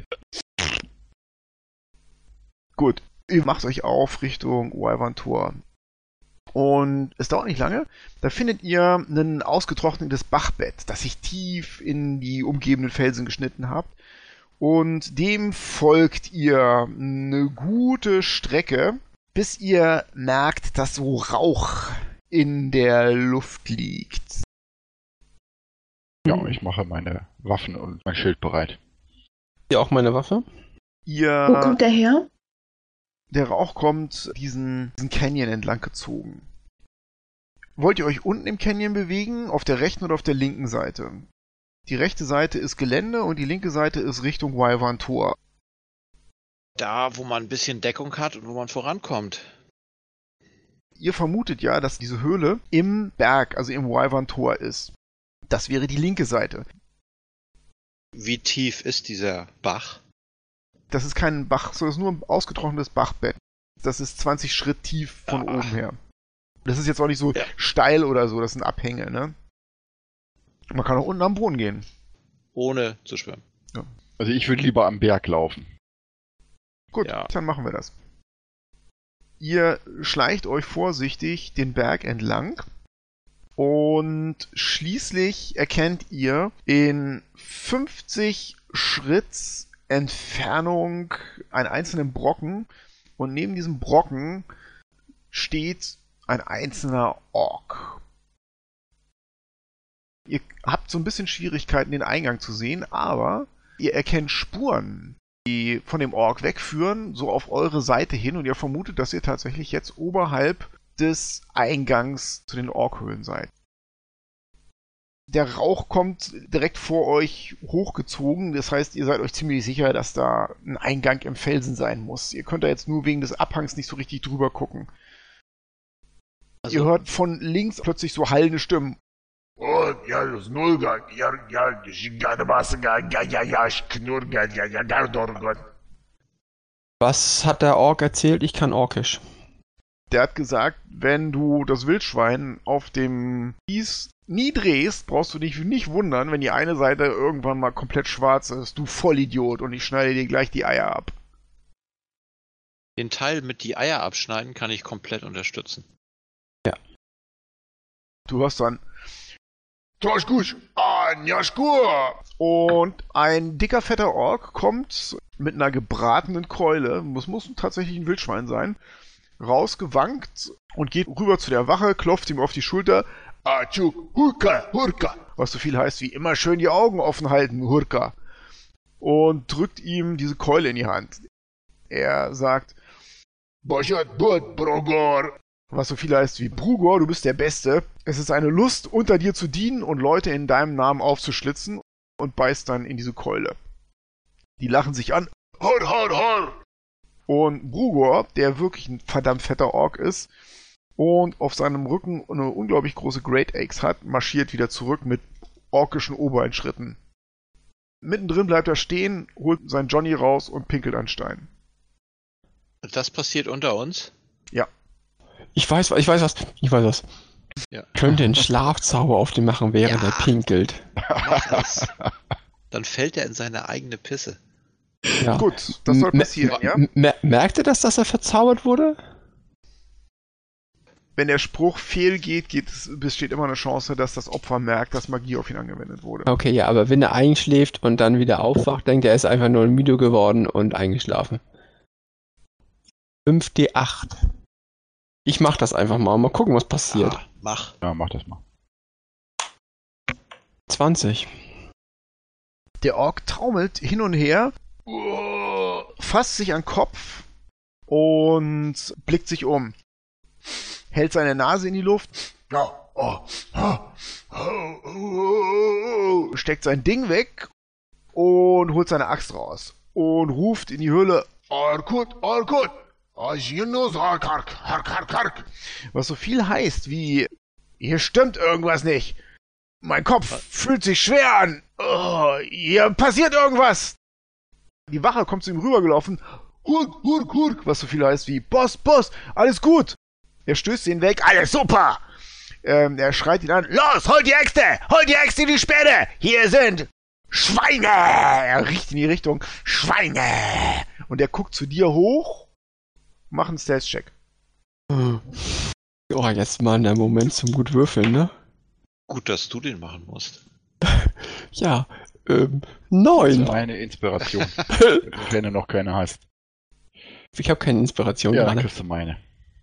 Gut, ihr macht euch auf Richtung Wyvern-Tor. Und es dauert nicht lange, da findet ihr ein ausgetrocknetes Bachbett, das sich tief in die umgebenden Felsen geschnitten habt. Und dem folgt ihr eine gute Strecke, bis ihr merkt, dass so Rauch in der Luft liegt. Ja, ich mache meine Waffen und mein Schild bereit. Hier auch meine Waffe. Ihr, Wo kommt der her? der Rauch kommt diesen, diesen Canyon entlang gezogen. Wollt ihr euch unten im Canyon bewegen, auf der rechten oder auf der linken Seite? Die rechte Seite ist Gelände und die linke Seite ist Richtung Wyvern-Tor. Da, wo man ein bisschen Deckung hat und wo man vorankommt. Ihr vermutet ja, dass diese Höhle im Berg, also im Wyvern-Tor ist. Das wäre die linke Seite. Wie tief ist dieser Bach? Das ist kein Bach, sondern es ist nur ein ausgetrocknetes Bachbett. Das ist zwanzig Schritt tief von Ah. oben her. Das ist jetzt auch nicht so Ja. steil oder so, das sind Abhänge, ne? Man kann auch unten am Boden gehen. Ohne zu schwimmen. Also ich würde lieber am Berg laufen. Gut, Ja. dann machen wir das. Ihr schleicht euch vorsichtig den Berg entlang und schließlich erkennt ihr in fünfzig Schritt Entfernung einen einzelnen Brocken und neben diesem Brocken steht ein einzelner Ork. Ihr habt so ein bisschen Schwierigkeiten, den Eingang zu sehen, aber ihr erkennt Spuren, die von dem Ork wegführen, so auf eure Seite hin und ihr vermutet, dass ihr tatsächlich jetzt oberhalb des Eingangs zu den Orkhöhlen seid. Der Rauch kommt direkt vor euch hochgezogen, das heißt, ihr seid euch ziemlich sicher, dass da ein Eingang im Felsen sein muss. Ihr könnt da jetzt nur wegen des Abhangs nicht so richtig drüber gucken. Also, Ihr hört von links plötzlich so hallende Stimmen. Oh, ja, das Nullgang, ja, ja, Shingadabasanga, ja, ja, ja, Knurga, ja, ja, Gardorgon. Was hat der Ork erzählt? Ich kann Orkisch. Der hat gesagt, wenn du das Wildschwein auf dem Kies nie drehst, brauchst du dich nicht wundern, wenn die eine Seite irgendwann mal komplett schwarz ist. Du Vollidiot, und ich schneide dir gleich die Eier ab. den Teil mit die Eier abschneiden kann ich komplett unterstützen. Du hörst dann Toschkusch, Anjaschkur. und ein dicker, fetter Ork kommt mit einer gebratenen Keule, das muss tatsächlich ein Wildschwein sein, rausgewankt und geht rüber zu der Wache, klopft ihm auf die Schulter, Achuk, Hurka, Hurka. was so viel heißt wie immer schön die Augen offen halten, Hurka, und drückt ihm diese Keule in die Hand. Er sagt, Boshat Bot, Brogor. was so viel heißt wie Brugor, du bist der Beste. Es ist eine Lust, unter dir zu dienen und Leute in deinem Namen aufzuschlitzen, und beißt dann in diese Keule. Die lachen sich an. Hor, hor, hor. Und Brugor, der wirklich ein verdammt fetter Ork ist und auf seinem Rücken eine unglaublich große Great Axe hat, marschiert wieder zurück mit orkischen Obereinschritten. Mittendrin bleibt er stehen, holt seinen Johnny raus und pinkelt an Stein. Das passiert unter uns. Ich weiß, ich weiß was, ich weiß was. Ja. Könnte einen Schlafzauber auf den machen, während Ja. er pinkelt. Mach das. Dann fällt er in seine eigene Pisse. Ja. Gut, das soll M- passieren, ja? M- mer- Merkt er das, dass er verzaubert wurde? Wenn der Spruch fehlgeht, geht es, besteht immer eine Chance, dass das Opfer merkt, dass Magie auf ihn angewendet wurde. Okay, ja, aber wenn er einschläft und dann wieder aufwacht, denkt er, er ist einfach nur müde geworden und eingeschlafen. fünf D acht. Ich mach das einfach mal. Mal gucken, was passiert. Ah, mach. Ja, mach das mal. zwanzig. Der Ork taumelt hin und her, fasst sich an den Kopf und blickt sich um. Hält seine Nase in die Luft, Ja, oh, oh, oh, oh. steckt sein Ding weg und holt seine Axt raus und ruft in die Höhle, Arkut, Arkut. Ajinus, Arkark, Hark, Hark, Hark. was so viel heißt wie, hier stimmt irgendwas nicht. Mein Kopf fühlt sich schwer an. Oh, hier passiert irgendwas. Die Wache kommt zu ihm rübergelaufen. Hurk, hurk, hurk, was so viel heißt wie, Boss, Boss, alles gut. Er stößt ihn weg, alles super. Ähm, er schreit ihn an, los, holt die Äxte, holt die Äxte in die Späne. Hier sind Schweine. Er riecht in die Richtung, Schweine. Und er guckt zu dir hoch. Mach einen Stealth-Check. Oh, jetzt mal der Moment zum gut würfeln, ne? Gut, dass du den machen musst. Ja, ähm, Das ist neun. meine Inspiration. Wenn du noch keine hast. Ich habe keine Inspiration Ja, dann gerade. kriegst du meine.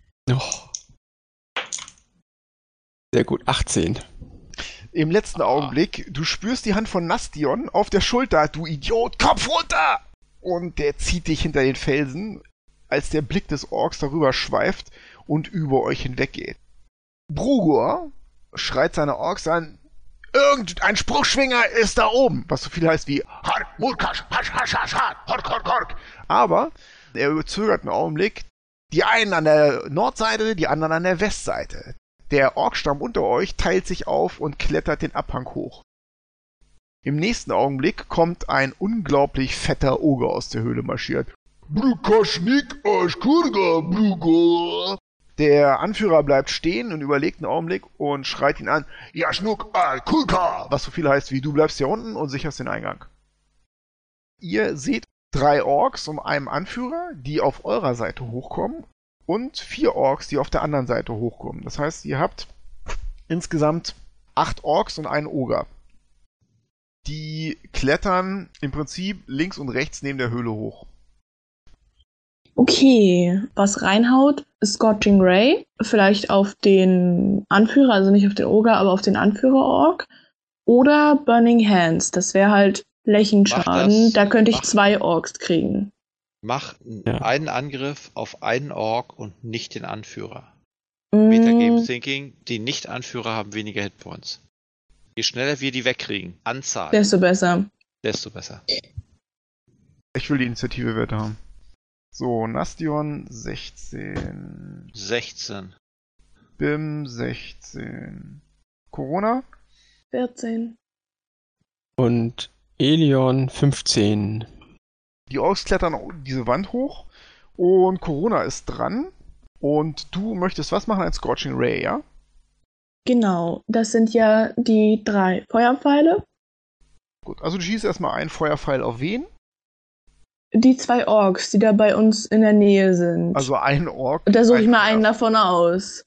Oh. Sehr gut, achtzehn. Im letzten Ah. Augenblick, du spürst die Hand von Nastion auf der Schulter. Du Idiot, Kopf runter! Und der zieht dich hinter den Felsen, als der Blick des Orks darüber schweift und über euch hinweggeht. Brugor schreit seine Orks an, irgendein Spruchschwinger ist da oben, was so viel heißt wie Hark, Murkasch, Hasch, Hasch, Hasch, Hasch, Hork, Hork, Hork. aber er überzögert einen Augenblick, die einen an der Nordseite, die anderen an der Westseite. Der Orkstamm unter euch teilt sich auf und klettert den Abhang hoch. Im nächsten Augenblick kommt ein unglaublich fetter Oger aus der Höhle marschiert. Brukaschnik, Aschkurga, Brugor. Der Anführer bleibt stehen und überlegt einen Augenblick und schreit ihn an, Jaschnuk, Al-Kulka. was so viel heißt wie du bleibst hier unten und sicherst den Eingang. Ihr seht drei Orks um einen Anführer, die auf eurer Seite hochkommen und vier Orks, die auf der anderen Seite hochkommen. Das heißt, ihr habt insgesamt acht Orks und einen Oger. Die klettern im Prinzip links und rechts neben der Höhle hoch. Okay, was reinhaut, Scorching Ray, vielleicht auf den Anführer, also nicht auf den Oger, aber auf den Anführer-Ork. Oder Burning Hands, das wäre halt Mach Flächenschaden, das. da könnte ich Mach. zwei Orks kriegen. Mach Ja. einen Angriff auf einen Ork und nicht den Anführer. Metagame Mm, Thinking, die Nicht-Anführer haben weniger Hitpoints. Je schneller wir die wegkriegen, Anzahl, desto besser. desto besser. Ich will die Initiative-Werte haben. So, Nastion sechzehn. sechzehn. Bim sechzehn. Corona? vierzehn. Und Elion fünfzehn. Die Orks klettern diese Wand hoch und Corona ist dran. Und du möchtest was machen als Scorching Ray, ja? Genau, das sind ja die drei Feuerpfeile. Gut, also du schießt erstmal einen Feuerpfeil auf wen? Die zwei Orks, die da bei uns in der Nähe sind. Also einen Ork. Und da suche ich ein mal einen Feuer- davon aus.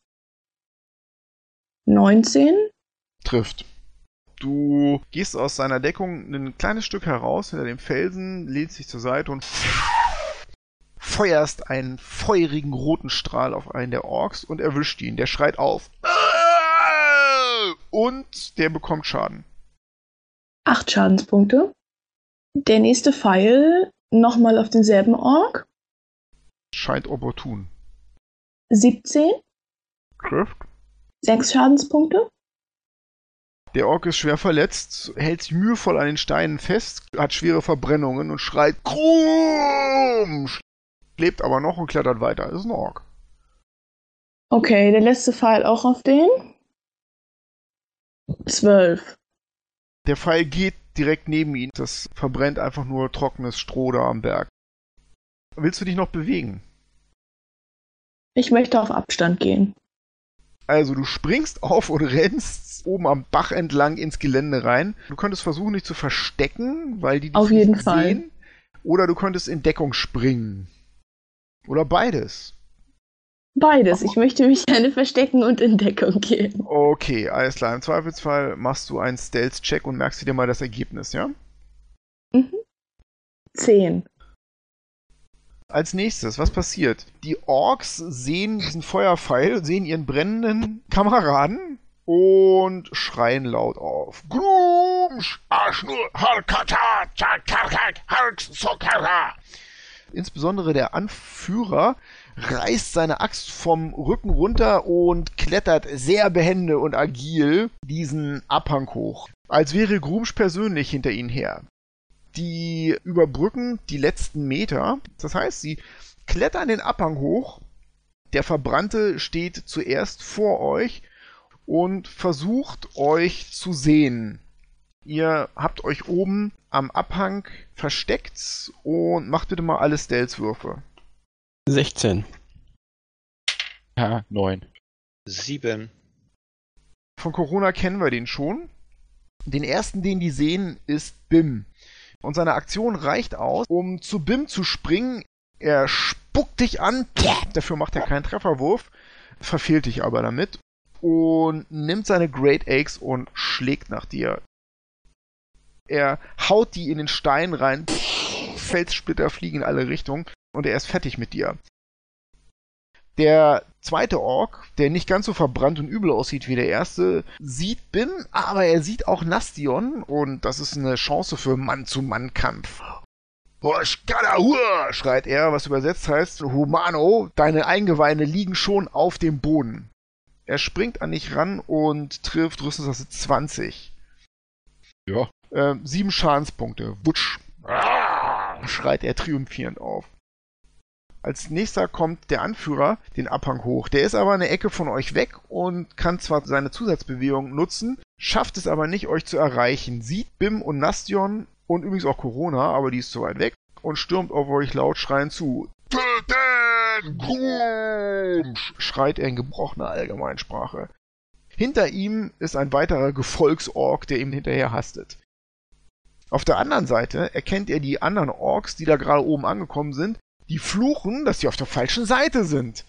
neunzehn. Trifft. Du gehst aus seiner Deckung ein kleines Stück heraus, hinter dem Felsen, lehnst dich zur Seite und feuerst einen feurigen roten Strahl auf einen der Orks und erwischt ihn. Der schreit auf. Und der bekommt Schaden. acht Schadenspunkte. Der nächste Pfeil nochmal auf denselben Ork. Scheint opportun. siebzehn. Trifft. sechs Schadenspunkte. Der Ork ist schwer verletzt, hält sich mühevoll an den Steinen fest, hat schwere Verbrennungen und schreit Krumm! Lebt aber noch und klettert weiter. Das ist ein Ork. Okay, der letzte Pfeil auch auf den. zwölf. Der Pfeil geht direkt neben ihn. Das verbrennt einfach nur trockenes Stroh da am Berg. Willst du dich noch bewegen? Ich möchte auf Abstand gehen. Also du springst auf und rennst oben am Bach entlang ins Gelände rein. Du könntest versuchen, dich zu verstecken, weil die dich Auf jeden nicht Fall. sehen. Oder du könntest in Deckung springen. Oder beides. Beides. Ich möchte mich gerne verstecken und in Deckung gehen. Okay, alles klar. Im Zweifelsfall machst du einen Stealth-Check und merkst dir mal das Ergebnis, ja? Mhm. Zehn. Als nächstes, was passiert? Die Orks sehen diesen Feuerpfeil, sehen ihren brennenden Kameraden und schreien laut auf. Grumsch, Arschnur, Harkata, Chakarkak, Harksokara. Insbesondere der Anführer reißt seine Axt vom Rücken runter und klettert sehr behende und agil diesen Abhang hoch, als wäre Grumsch persönlich hinter ihnen her. Die überbrücken die letzten Meter, das heißt, sie klettern den Abhang hoch, der Verbrannte steht zuerst vor euch und versucht euch zu sehen. Ihr habt euch oben am Abhang versteckt und macht bitte mal alle Stealth-Würfe. sechzehn. Ja, neun. Sieben. Von Corona kennen wir den schon. Den ersten, den die sehen, ist Bim. Und seine Aktion reicht aus, um zu Bim zu springen. Er spuckt dich an, dafür macht er keinen Trefferwurf, verfehlt dich aber damit und nimmt seine Great Axe und schlägt nach dir. Er haut die in den Stein rein, Felssplitter fliegen in alle Richtungen und er ist fertig mit dir. Der zweite Ork, der nicht ganz so verbrannt und übel aussieht wie der erste, sieht Bim, aber er sieht auch Nastion und das ist eine Chance für Mann-zu-Mann-Kampf. Hoshkadahur, schreit er, was übersetzt heißt, Humano, deine Eingeweide liegen schon auf dem Boden. Er springt an dich ran und trifft Rüstungsklasse zwanzig. Ja. Äh, sieben Schadenspunkte. Wutsch. Ah, schreit er triumphierend auf. Als nächster kommt der Anführer den Abhang hoch. Der ist aber eine Ecke von euch weg und kann zwar seine Zusatzbewegung nutzen, schafft es aber nicht, euch zu erreichen. Sieht Bim und Nastion und übrigens auch Corona, aber die ist zu weit weg, und stürmt auf euch laut schreien zu. Töten! Grumsch! Schreit er in gebrochener Allgemeinsprache. Hinter ihm ist ein weiterer Gefolgsork, der ihm hinterher hastet. Auf der anderen Seite erkennt er die anderen Orks, die da gerade oben angekommen sind. Die fluchen, dass sie auf der falschen Seite sind.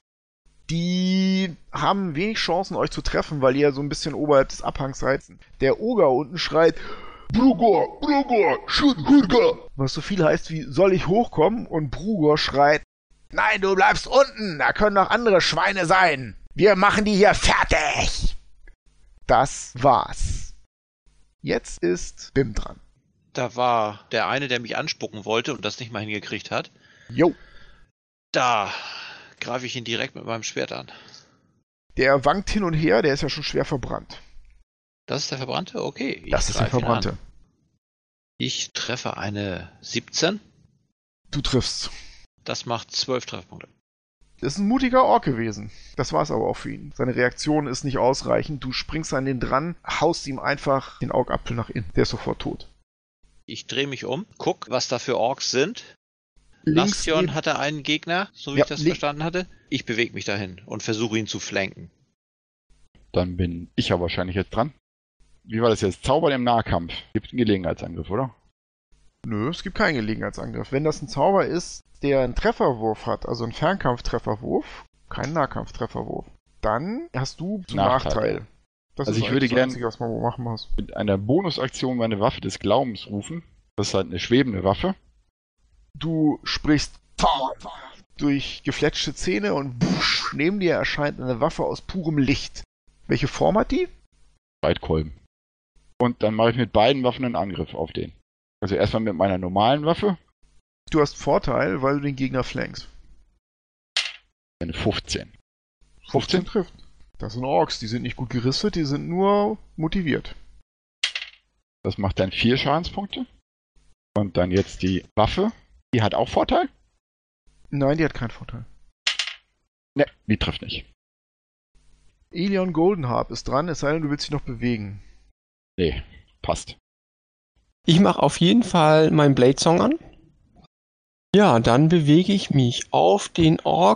Die haben wenig Chancen, euch zu treffen, weil ihr so ein bisschen oberhalb des Abhangs seid. Der Oger unten schreit, Brugor, Brugor, Schudhurga! Was so viel heißt wie, soll ich hochkommen? Und Brugor schreit, nein, du bleibst unten, da können noch andere Schweine sein. Wir machen die hier fertig. Das war's. Jetzt ist Bim dran. Da war der eine, der mich anspucken wollte und das nicht mal hingekriegt hat. Jo. Da greife ich ihn direkt mit meinem Schwert an. Der wankt hin und her, der ist ja schon schwer verbrannt. Das ist der Verbrannte? Okay. Ich Das ist der greife ihn Verbrannte. an. Ich treffe eine siebzehn. Du triffst. Das macht zwölf Trefferpunkte. Das ist ein mutiger Ork gewesen. Das war's aber auch für ihn. Seine Reaktion ist nicht ausreichend. Du springst an den dran, haust ihm einfach den Augapfel nach innen. Der ist sofort tot. Ich drehe mich um, guck, was da für Orks sind. Links Nastion neben- hatte einen Gegner, so wie Ja, ich das link- verstanden hatte. Ich bewege mich dahin und versuche ihn zu flanken. Dann bin ich ja wahrscheinlich jetzt dran. Wie war das jetzt? Zaubern im Nahkampf. Gibt einen Gelegenheitsangriff, oder? Nö, es gibt keinen Gelegenheitsangriff. Wenn das ein Zauber ist, der einen Trefferwurf hat, also einen Fernkampftrefferwurf, keinen Nahkampftrefferwurf, dann hast du einen Nachteil. Nachteil. Das Also ist ich würde eigentlich das gern- Einzige, was man wo machen muss. Mit einer Bonusaktion meine Waffe des Glaubens rufen. Das ist halt eine schwebende Waffe. Du sprichst durch gefletschte Zähne und wusch, neben dir erscheint eine Waffe aus purem Licht. Welche Form hat die? Weitkolben. Und dann mache ich mit beiden Waffen einen Angriff auf den. Also erstmal mit meiner normalen Waffe. Du hast Vorteil, weil du den Gegner flankst. Eine fünfzehn. fünfzehn trifft. Das sind Orks, die sind nicht gut gerüstet, die sind nur motiviert. Das macht dann vier Schadenspunkte. Und dann jetzt die Waffe. Die hat auch Vorteil? Nein, die hat keinen Vorteil. Ne, die trifft nicht. Elion Goldenharp ist dran, es sei denn, du willst dich noch bewegen. Nee, passt. Ich mache auf jeden Fall meinen Blade Song an. Ja, dann bewege ich mich auf den Ork,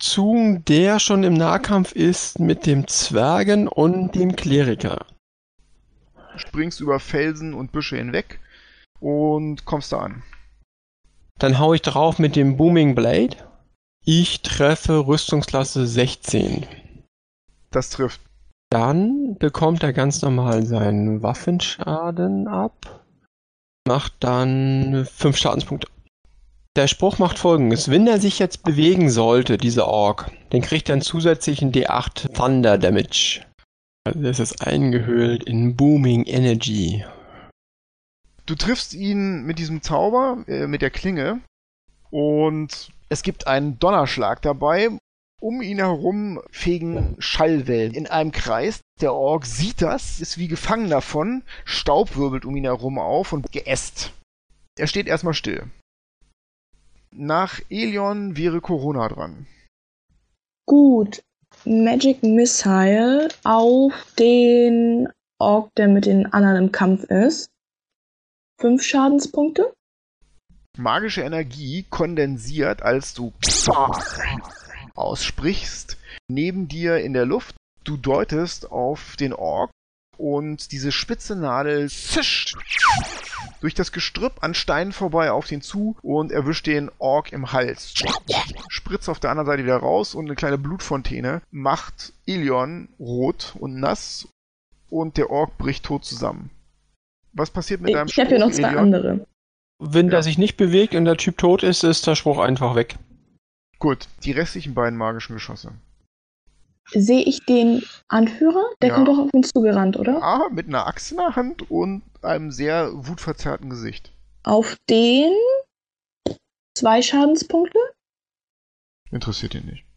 zu, der schon im Nahkampf ist mit dem Zwergen und dem Kleriker. Springst über Felsen und Büsche hinweg und kommst da an. Dann hau ich drauf mit dem Booming Blade. Ich treffe Rüstungsklasse sechzehn. Das trifft. Dann bekommt er ganz normal seinen Waffenschaden ab. Macht dann fünf Schadenspunkte. Der Spruch macht Folgendes. Wenn er sich jetzt bewegen sollte, dieser Ork, dann kriegt er einen zusätzlichen D acht Thunder Damage. Also das ist eingehüllt in Booming Energy. Du triffst ihn mit diesem Zauber, äh, mit der Klinge, und es gibt einen Donnerschlag dabei. Um ihn herum fegen Schallwellen in einem Kreis. Der Ork sieht das, ist wie gefangen davon, Staub wirbelt um ihn herum auf und geäst. Er steht erstmal still. Nach Elion wäre Corona dran. Gut. Magic Missile auf den Ork, der mit den anderen im Kampf ist. Fünf Schadenspunkte. Magische Energie kondensiert, als du aussprichst, neben dir in der Luft. Du deutest auf den Ork und diese spitze Nadel zischt durch das Gestrüpp an Steinen vorbei auf den zu und erwischt den Ork im Hals. Spritzt auf der anderen Seite wieder raus und eine kleine Blutfontäne macht Elion rot und nass und der Ork bricht tot zusammen. Was passiert mit Ich, deinem ich habe hier noch Spruch, zwei Elion? andere. Wenn Ja. der sich nicht bewegt und der Typ tot ist, ist der Spruch einfach weg. Gut, die restlichen beiden magischen Geschosse. Sehe ich den Anführer? Der Ja. kommt doch auf uns zugerannt, oder? Ah, mit einer Axt in der Hand und einem sehr wutverzerrten Gesicht. Auf den zwei Schadenspunkte Interessiert ihn nicht.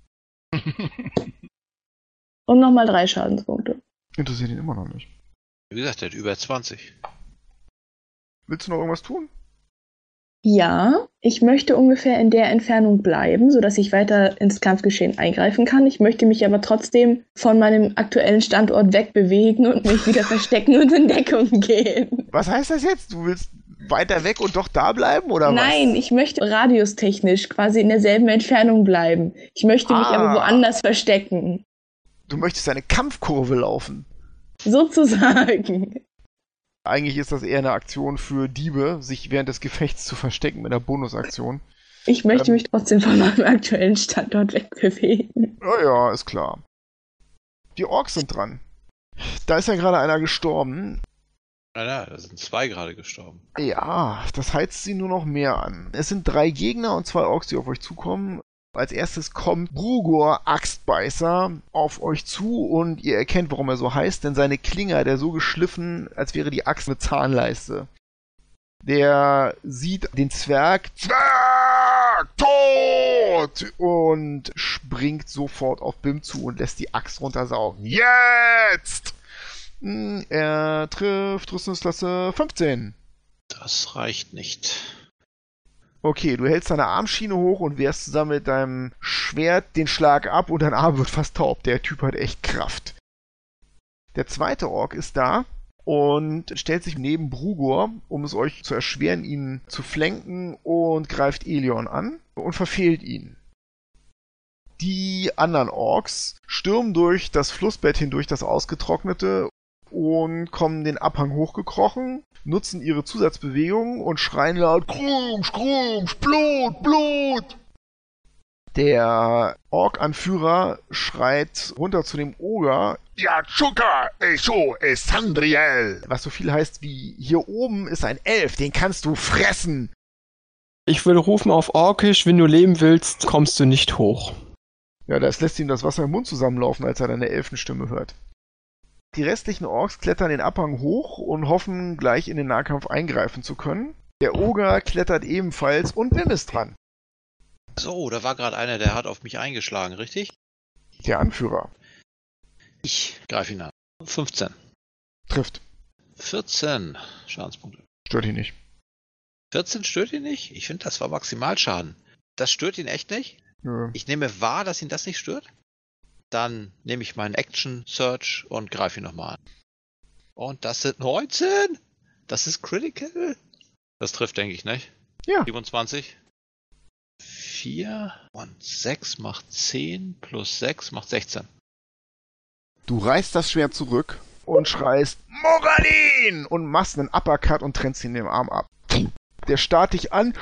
und nochmal drei Schadenspunkte. Interessiert ihn immer noch nicht. Wie gesagt, der hat über zwanzig. Willst du noch irgendwas tun? Ja, ich möchte ungefähr in der Entfernung bleiben, sodass ich weiter ins Kampfgeschehen eingreifen kann. Ich möchte mich aber trotzdem von meinem aktuellen Standort wegbewegen und mich wieder verstecken und in Deckung gehen. Was heißt das jetzt? Du willst weiter weg und doch da bleiben, oder was? Nein, ich möchte radiustechnisch quasi in derselben Entfernung bleiben. Ich möchte mich Ah. aber woanders verstecken. Du möchtest eine Kampfkurve laufen. Sozusagen. Eigentlich ist das eher eine Aktion für Diebe, sich während des Gefechts zu verstecken mit einer Bonusaktion. Ich möchte Ähm. mich trotzdem von meinem aktuellen Standort wegbewegen. Ja, ja, ist klar. Die Orks sind dran. Da ist ja gerade einer gestorben. Na, na, da sind zwei gerade gestorben. Ja, das heizt sie nur noch mehr an. Es sind drei Gegner und zwei Orks, die auf euch zukommen. Als erstes kommt Brugor Axtbeißer auf euch zu und ihr erkennt, warum er so heißt, denn seine Klinge hat er so geschliffen, als wäre die Axt eine Zahnleiste. Der sieht den Zwerg, Zwerg, tot! Und springt sofort auf Bim zu und lässt die Axt runtersaugen. Jetzt! Hm, Er trifft Rüstungsklasse fünfzehn. Das reicht nicht. Okay, du hältst deine Armschiene hoch und wehrst zusammen mit deinem Schwert den Schlag ab und dein Arm wird fast taub. Der Typ hat echt Kraft. Der zweite Ork ist da und stellt sich neben Brugor, um es euch zu erschweren, ihn zu flanken, und greift Elion an und verfehlt ihn. Die anderen Orks stürmen durch das Flussbett hindurch, das ausgetrocknete, und kommen den Abhang hochgekrochen, nutzen ihre Zusatzbewegungen und schreien laut Krumsch, Krumsch, Blut, Blut! Der Ork-Anführer schreit runter zu dem Oger, Yachuka, eso, Esandriel. was so viel heißt wie, hier oben ist ein Elf, den kannst du fressen! Ich will rufen auf Orkisch, wenn du leben willst, kommst du nicht hoch. Ja, das lässt ihm das Wasser im Mund zusammenlaufen, als er deine Elfenstimme hört. Die restlichen Orks klettern den Abhang hoch und hoffen, gleich in den Nahkampf eingreifen zu können. Der Oger klettert ebenfalls und Wim ist dran. So, da war gerade einer, der hat auf mich eingeschlagen, richtig? Der Anführer Ich greife ihn an. fünfzehn. trifft. vierzehn Schadenspunkte. Stört ihn nicht. vierzehn stört ihn nicht? Ich finde, das war Maximalschaden. Das stört ihn echt nicht? Nö. Ich nehme wahr, dass ihn das nicht stört. Dann nehme ich meinen Action Search und greife ihn nochmal an. Und das sind neunzehn. Das ist critical. Das trifft, denke ich, nicht? Ja. siebenundzwanzig. vier und sechs macht zehn plus sechs macht sechzehn. Du reißt das Schwert zurück und schreist Moralin und machst einen Uppercut und trennst ihn den Arm ab. Der starrt dich an.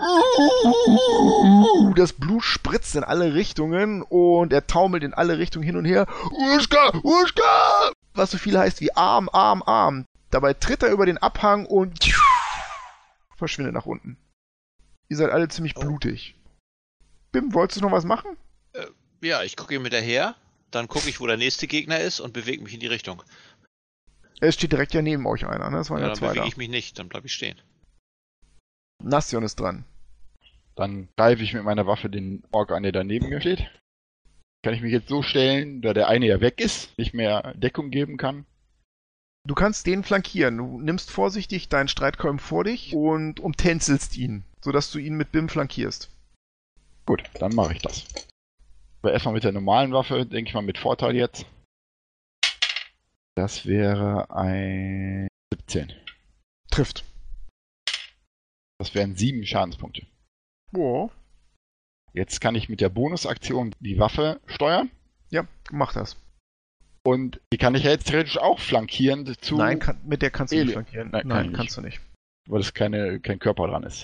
Das Blut spritzt in alle Richtungen und er taumelt in alle Richtungen hin und her. Uschka, Uschka! Was so viel heißt wie Arm, Arm, Arm. Dabei tritt er über den Abhang und verschwindet nach unten. Ihr seid alle ziemlich blutig. Bim, wolltest du noch was machen? Äh, ja, ich gucke ihm hinterher, dann gucke ich, wo der nächste Gegner ist und bewege mich in die Richtung. Es steht direkt ja neben euch einer, ne? Das waren Ja, ja dann zwei bewege da. ich mich nicht, dann bleibe ich stehen. Nastion ist dran. Dann greife ich mit meiner Waffe den Ork an, der da neben mir steht. Kann ich mich jetzt so stellen, da der eine ja weg ist, nicht mehr Deckung geben kann. Du kannst den flankieren. Du nimmst vorsichtig deinen Streitkolben vor dich und umtänzelst ihn, sodass du ihn mit Bim flankierst. Gut, dann mache ich das. Aber erstmal mit der normalen Waffe, denke ich mal mit Vorteil jetzt. Das wäre ein siebzehn. Trifft. Das wären sieben Schadenspunkte. Boah. Jetzt kann ich mit der Bonusaktion die Waffe steuern. Ja, mach das. Und die kann ich ja jetzt theoretisch auch flankierend zu... Nein, kann, mit der kannst du nicht Eli- flankieren. Nein, Nein, kann ich kannst du nicht. Weil es keine, kein Körper dran ist.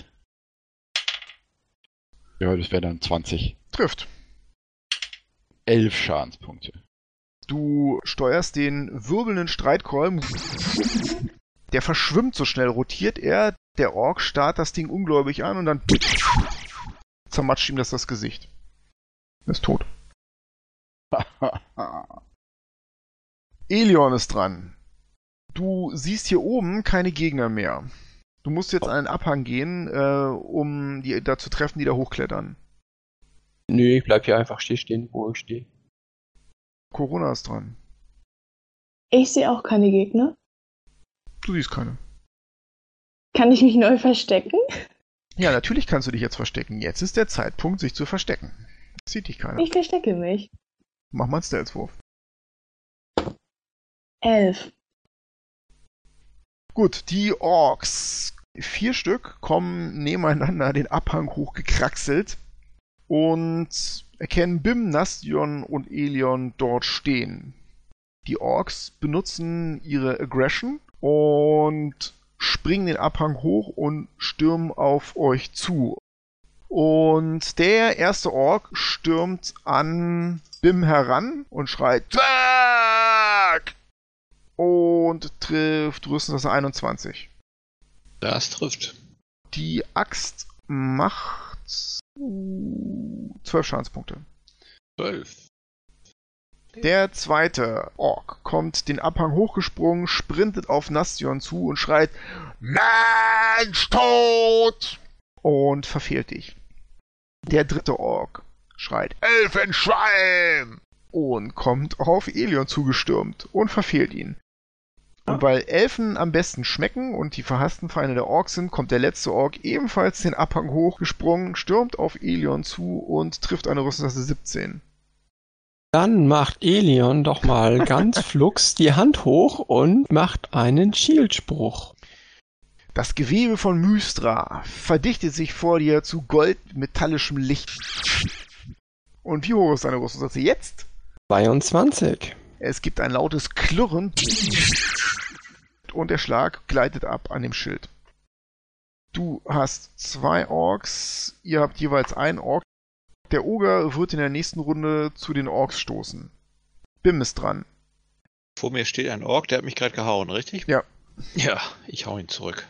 Ja, das wäre dann zwanzig. Trifft. elf Schadenspunkte. Du steuerst den wirbelnden Streitkolben. Der verschwimmt so schnell, rotiert er. Der Ork starrt das Ding ungläubig an und dann zermatscht ihm das das Gesicht. Er ist tot. Elion ist dran. Du siehst hier oben keine Gegner mehr. Du musst jetzt an einen Abhang gehen, äh, um die da zu treffen, die da hochklettern. Nö, ich bleib hier einfach stehen, wo ich stehe. Corona ist dran. Ich sehe auch keine Gegner. Du siehst keine. Kann ich mich neu verstecken? Ja, natürlich kannst du dich jetzt verstecken. Jetzt ist der Zeitpunkt, sich zu verstecken. Sieht dich keiner. Ich verstecke mich. Mach mal einen Stealth-Wurf. Elf. Gut, die Orks. Vier Stück kommen nebeneinander den Abhang hochgekraxelt und erkennen Bim, Nastion und Elion dort stehen. Die Orks benutzen ihre Aggression und springen den Abhang hoch und stürmen auf euch zu. Und der erste Ork stürmt an Bim heran und schreit Zack! Und trifft Rüstungsklasse einundzwanzig. Das trifft. Die Axt macht zwölf Schadenspunkte. zwölf. Der zweite Ork kommt den Abhang hochgesprungen, sprintet auf Nastion zu und schreit Mensch tot! Und verfehlt dich. Der dritte Ork schreit Elfenschwein! Und kommt auf Elion zugestürmt und verfehlt ihn. Und weil Elfen am besten schmecken und die verhassten Feinde der Orks sind, kommt der letzte Ork ebenfalls den Abhang hochgesprungen, stürmt auf Elion zu und trifft eine Rüstungsklasse siebzehn. Dann macht Elion doch mal ganz flugs die Hand hoch und macht einen Shieldspruch. Das Gewebe von Mystra verdichtet sich vor dir zu goldmetallischem Licht. Und wie hoch ist deine Rüstungsklasse jetzt? zweiundzwanzig. Es gibt ein lautes Klirren und der Schlag gleitet ab an dem Schild. Du hast zwei Orks, ihr habt jeweils einen Ork. Der Oger wird in der nächsten Runde zu den Orks stoßen. Bim ist dran. Vor mir steht ein Ork, der hat mich gerade gehauen, richtig? Ja. Ja, ich hau ihn zurück.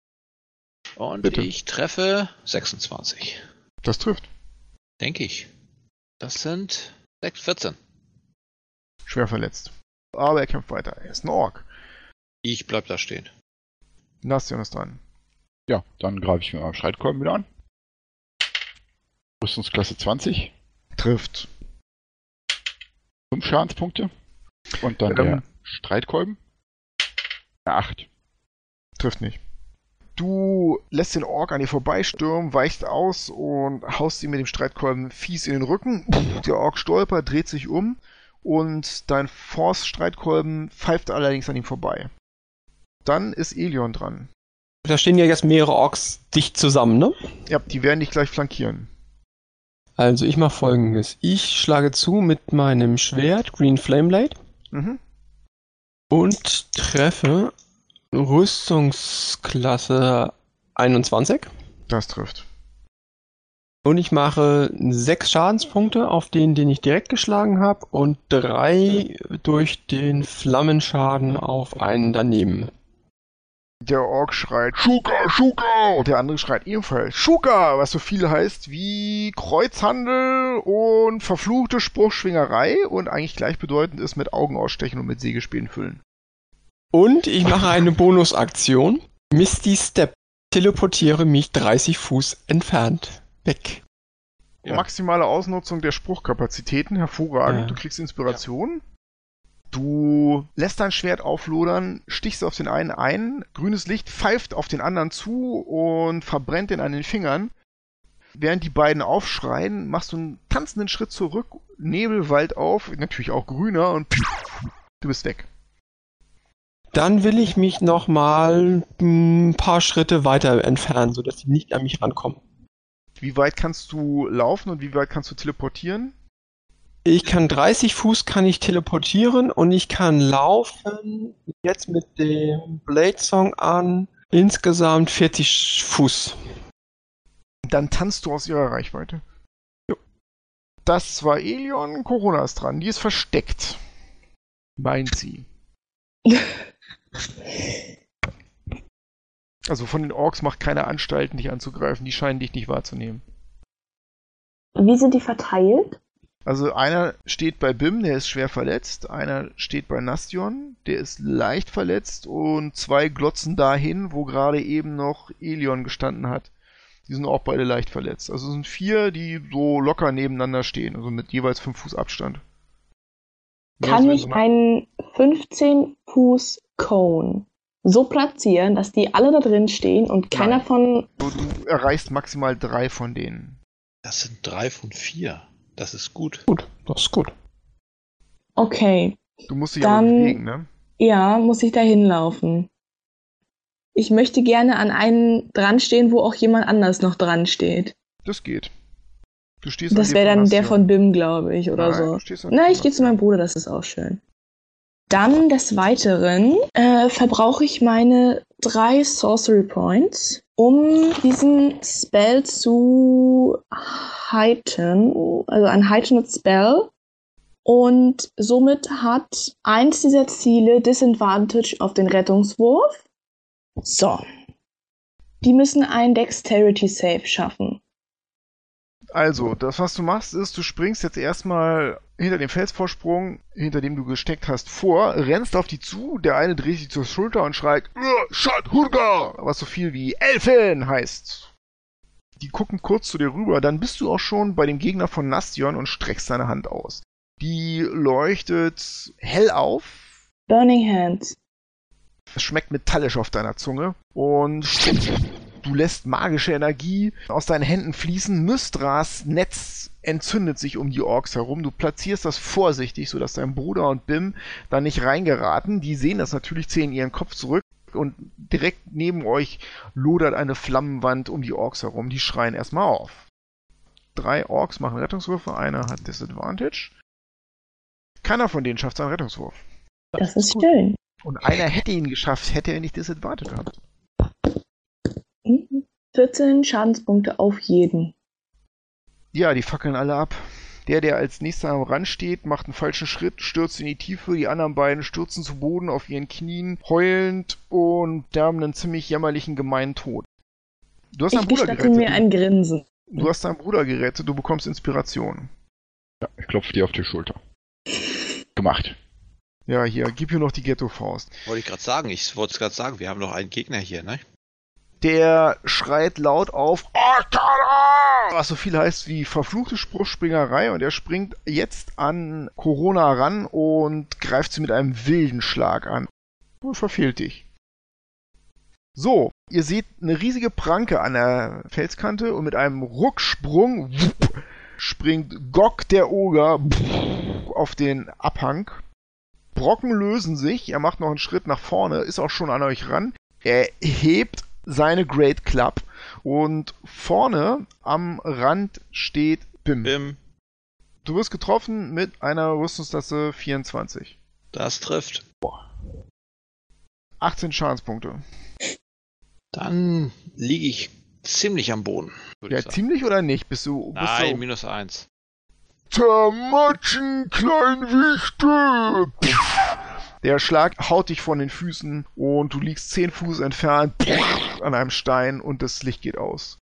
Und Bitte. ich treffe sechsundzwanzig. Das trifft. Denke ich. Das sind sechs, vierzehn. Schwer verletzt. Aber er kämpft weiter. Er ist ein Ork. Ich bleib da stehen. Nastion ist dran. Ja, dann greife ich mir meinen Streitkolben wieder an. Rüstungsklasse zwanzig. Trifft. fünf Schadenspunkte. Und dann Ähm. der Streitkolben. acht. Trifft nicht. Du lässt den Ork an dir vorbeistürmen, weichst aus und haust ihm mit dem Streitkolben fies in den Rücken. Der Ork stolpert, dreht sich um und dein Force-Streitkolben pfeift allerdings an ihm vorbei. Dann ist Elion dran. Da stehen ja jetzt mehrere Orks dicht zusammen, ne? Ja, die werden dich gleich flankieren. Also ich mache folgendes. Ich schlage zu mit meinem Schwert Green Flameblade Mhm. und treffe Rüstungsklasse einundzwanzig. Das trifft. Und ich mache sechs Schadenspunkte auf den, den ich direkt geschlagen habe und drei durch den Flammenschaden auf einen daneben. Der Ork schreit Schuka, Schuka! Und der andere schreit ebenfalls Schuka, was so viel heißt wie Kreuzhandel und verfluchte Spruchschwingerei und eigentlich gleichbedeutend ist mit Augen ausstechen und mit Sägespänen füllen. Und ich mache eine Bonusaktion. Misty Step. Teleportiere mich dreißig Fuß entfernt. Weg. Ja. Maximale Ausnutzung der Spruchkapazitäten, hervorragend. Ja. Du kriegst Inspiration. Du lässt dein Schwert auflodern, stichst auf den einen ein, grünes Licht pfeift auf den anderen zu und verbrennt den an den Fingern. Während die beiden aufschreien, machst du einen tanzenden Schritt zurück, Nebelwald auf, natürlich auch grüner und du bist weg. Dann will ich mich nochmal ein paar Schritte weiter entfernen, sodass sie nicht an mich rankommen. Wie weit kannst du laufen und wie weit kannst du teleportieren? Ich kann dreißig Fuß kann ich teleportieren und ich kann laufen, jetzt mit dem Blade Song an, insgesamt vierzig Fuß. Dann tanzt du aus ihrer Reichweite. Jo. Das war Elion, Corona ist dran, die ist versteckt. Meint sie. Also von den Orks macht keine Anstalten, dich anzugreifen, die scheinen dich nicht wahrzunehmen. Wie sind die verteilt? Also einer steht bei Bim, der ist schwer verletzt, einer steht bei Nastion, der ist leicht verletzt und zwei glotzen dahin, wo gerade eben noch Elion gestanden hat. Die sind auch beide leicht verletzt. Also es sind vier, die so locker nebeneinander stehen, also mit jeweils fünf Fuß Abstand. Kann Ja, ich so eine- einen fünfzehn Fuß Cone so platzieren, dass die alle da drin stehen und keiner Nein. von... Du, du erreichst maximal drei von denen. Das sind drei von vier. Das ist gut. Gut, das ist gut. Okay, Du musst dich Dann- aber bewegen, ne? ja, muss ich da hinlaufen. Ich möchte gerne an einen dran stehen, wo auch jemand anders noch dran steht. Das geht. Du stehst an Das dem wäre dann der Nastion. von Bim, glaube ich, oder Nein, so. du stehst an Na, dem ich von gehe zu meinem Bruder, das ist auch schön. Dann des Weiteren äh, verbrauche ich meine drei Sorcery Points, um diesen Spell zu heiten, also ein Heightened Spell. Und somit hat eins dieser Ziele Disadvantage auf den Rettungswurf. So. Die müssen einen Dexterity Save schaffen. Also, das, was du machst, ist, du springst jetzt erstmal hinter dem Felsvorsprung, hinter dem du gesteckt hast, vor, rennst auf die zu, der eine dreht sich zur Schulter und schreit Schat Hurga, was so viel wie Elfen heißt. Die gucken kurz zu dir rüber, dann bist du auch schon bei dem Gegner von Nastion und streckst deine Hand aus. Die leuchtet hell auf, Burning Hands. es schmeckt metallisch auf deiner Zunge und du lässt magische Energie aus deinen Händen fließen. Mystras Netz entzündet sich um die Orks herum. Du platzierst das vorsichtig, sodass dein Bruder und Bim da nicht reingeraten. Die sehen das natürlich, ziehen ihren Kopf zurück und direkt neben euch lodert eine Flammenwand um die Orks herum. Die schreien erstmal auf. Drei Orks machen Rettungswürfe, einer hat Disadvantage. Keiner von denen schafft seinen Rettungswurf. Das ist schön. Und einer hätte ihn geschafft, hätte er nicht Disadvantage gehabt. Mhm. vierzehn Schadenspunkte auf jeden. Ja, die fackeln alle ab. Der, der als nächster am Rand steht, macht einen falschen Schritt, stürzt in die Tiefe. Die anderen beiden stürzen zu Boden auf ihren Knien, heulend und sterben einen ziemlich jämmerlichen, gemeinen Tod. Du hast Ich deinen Bruder gestatte gerettet. mir ein Grinsen. Du hast deinen Bruder gerettet, du bekommst Inspiration. Ja, ich klopfe dir auf die Schulter. Gemacht. Ja, hier, gib hier noch die Ghetto-Faust. Wollte ich gerade sagen. Ich wollte es gerade sagen. Wir haben noch einen Gegner hier, ne? Der schreit laut auf, Arcana! Was so viel heißt wie verfluchte Spruchspringerei, und er springt jetzt an Corona ran und greift sie mit einem wilden Schlag an. Und verfehlt dich. So, ihr seht eine riesige Pranke an der Felskante und mit einem Rucksprung wupp, springt Gok der Oger wupp, auf den Abhang. Brocken lösen sich, er macht noch einen Schritt nach vorne, ist auch schon an euch ran. Er hebt seine Great Club und vorne am Rand steht Bim. Bim, Du wirst getroffen mit einer Rüstungsklasse vierundzwanzig. das trifft. achtzehn Schadenspunkte. Dann liege ich ziemlich am Boden. würde Ja, ich sagen. ziemlich oder nicht? Bist du... Bist Nein, du minus eins. Zermatschen, Kleinwichte! Der Schlag haut dich von den Füßen und du liegst zehn Fuß entfernt an einem Stein und das Licht geht aus.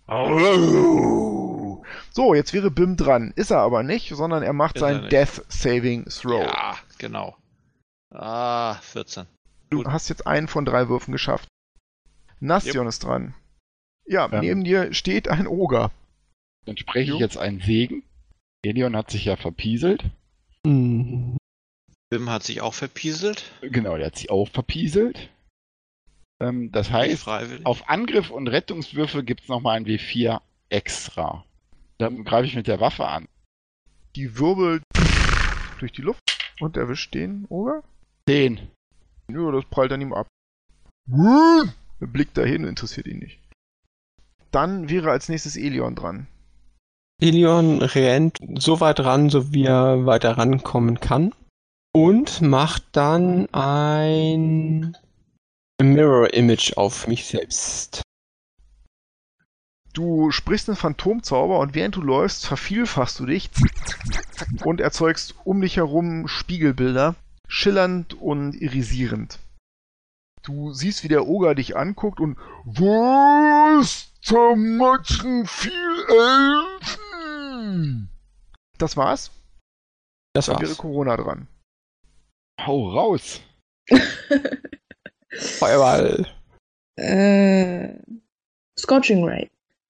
So, jetzt wäre Bim dran. Ist er aber nicht, sondern er macht Ist er seinen nicht. Death Saving Throw. Ja, genau. Ah, vierzehn. Du hast jetzt einen von drei Würfen geschafft. Nastion ist dran. Ja, Ähm. neben dir steht ein Oger. Dann spreche Jo. ich jetzt einen Segen. Elion hat sich ja verpieselt. Hm. Bim hat sich auch verpieselt. Genau, der hat sich auch verpieselt. Ähm, das heißt, Freiwillig. auf Angriff und Rettungswürfe gibt es nochmal ein W vier extra. Dann greife ich mit der Waffe an. Die wirbelt durch die Luft und erwischt den Oger. zehn. Nö, das prallt an ihm ab. Der Blick dahin interessiert ihn nicht. Dann wäre als nächstes Elion dran. Elion rennt so weit ran, so wie er weiter rankommen kann. Und macht dann ein Mirror Image auf mich selbst. Du sprichst einen Phantomzauber und während du läufst, vervielfachst du dich und erzeugst um dich herum Spiegelbilder, schillernd und irisierend. Du siehst, wie der Oger dich anguckt und Was? Zermatschen, viel Elfen! das war's. Das Dann wäre war's. Corona dran. Hau raus. Feuerball. Äh, Scorching Ray.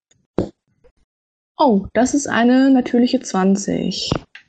Oh, das ist eine natürliche zwanzig.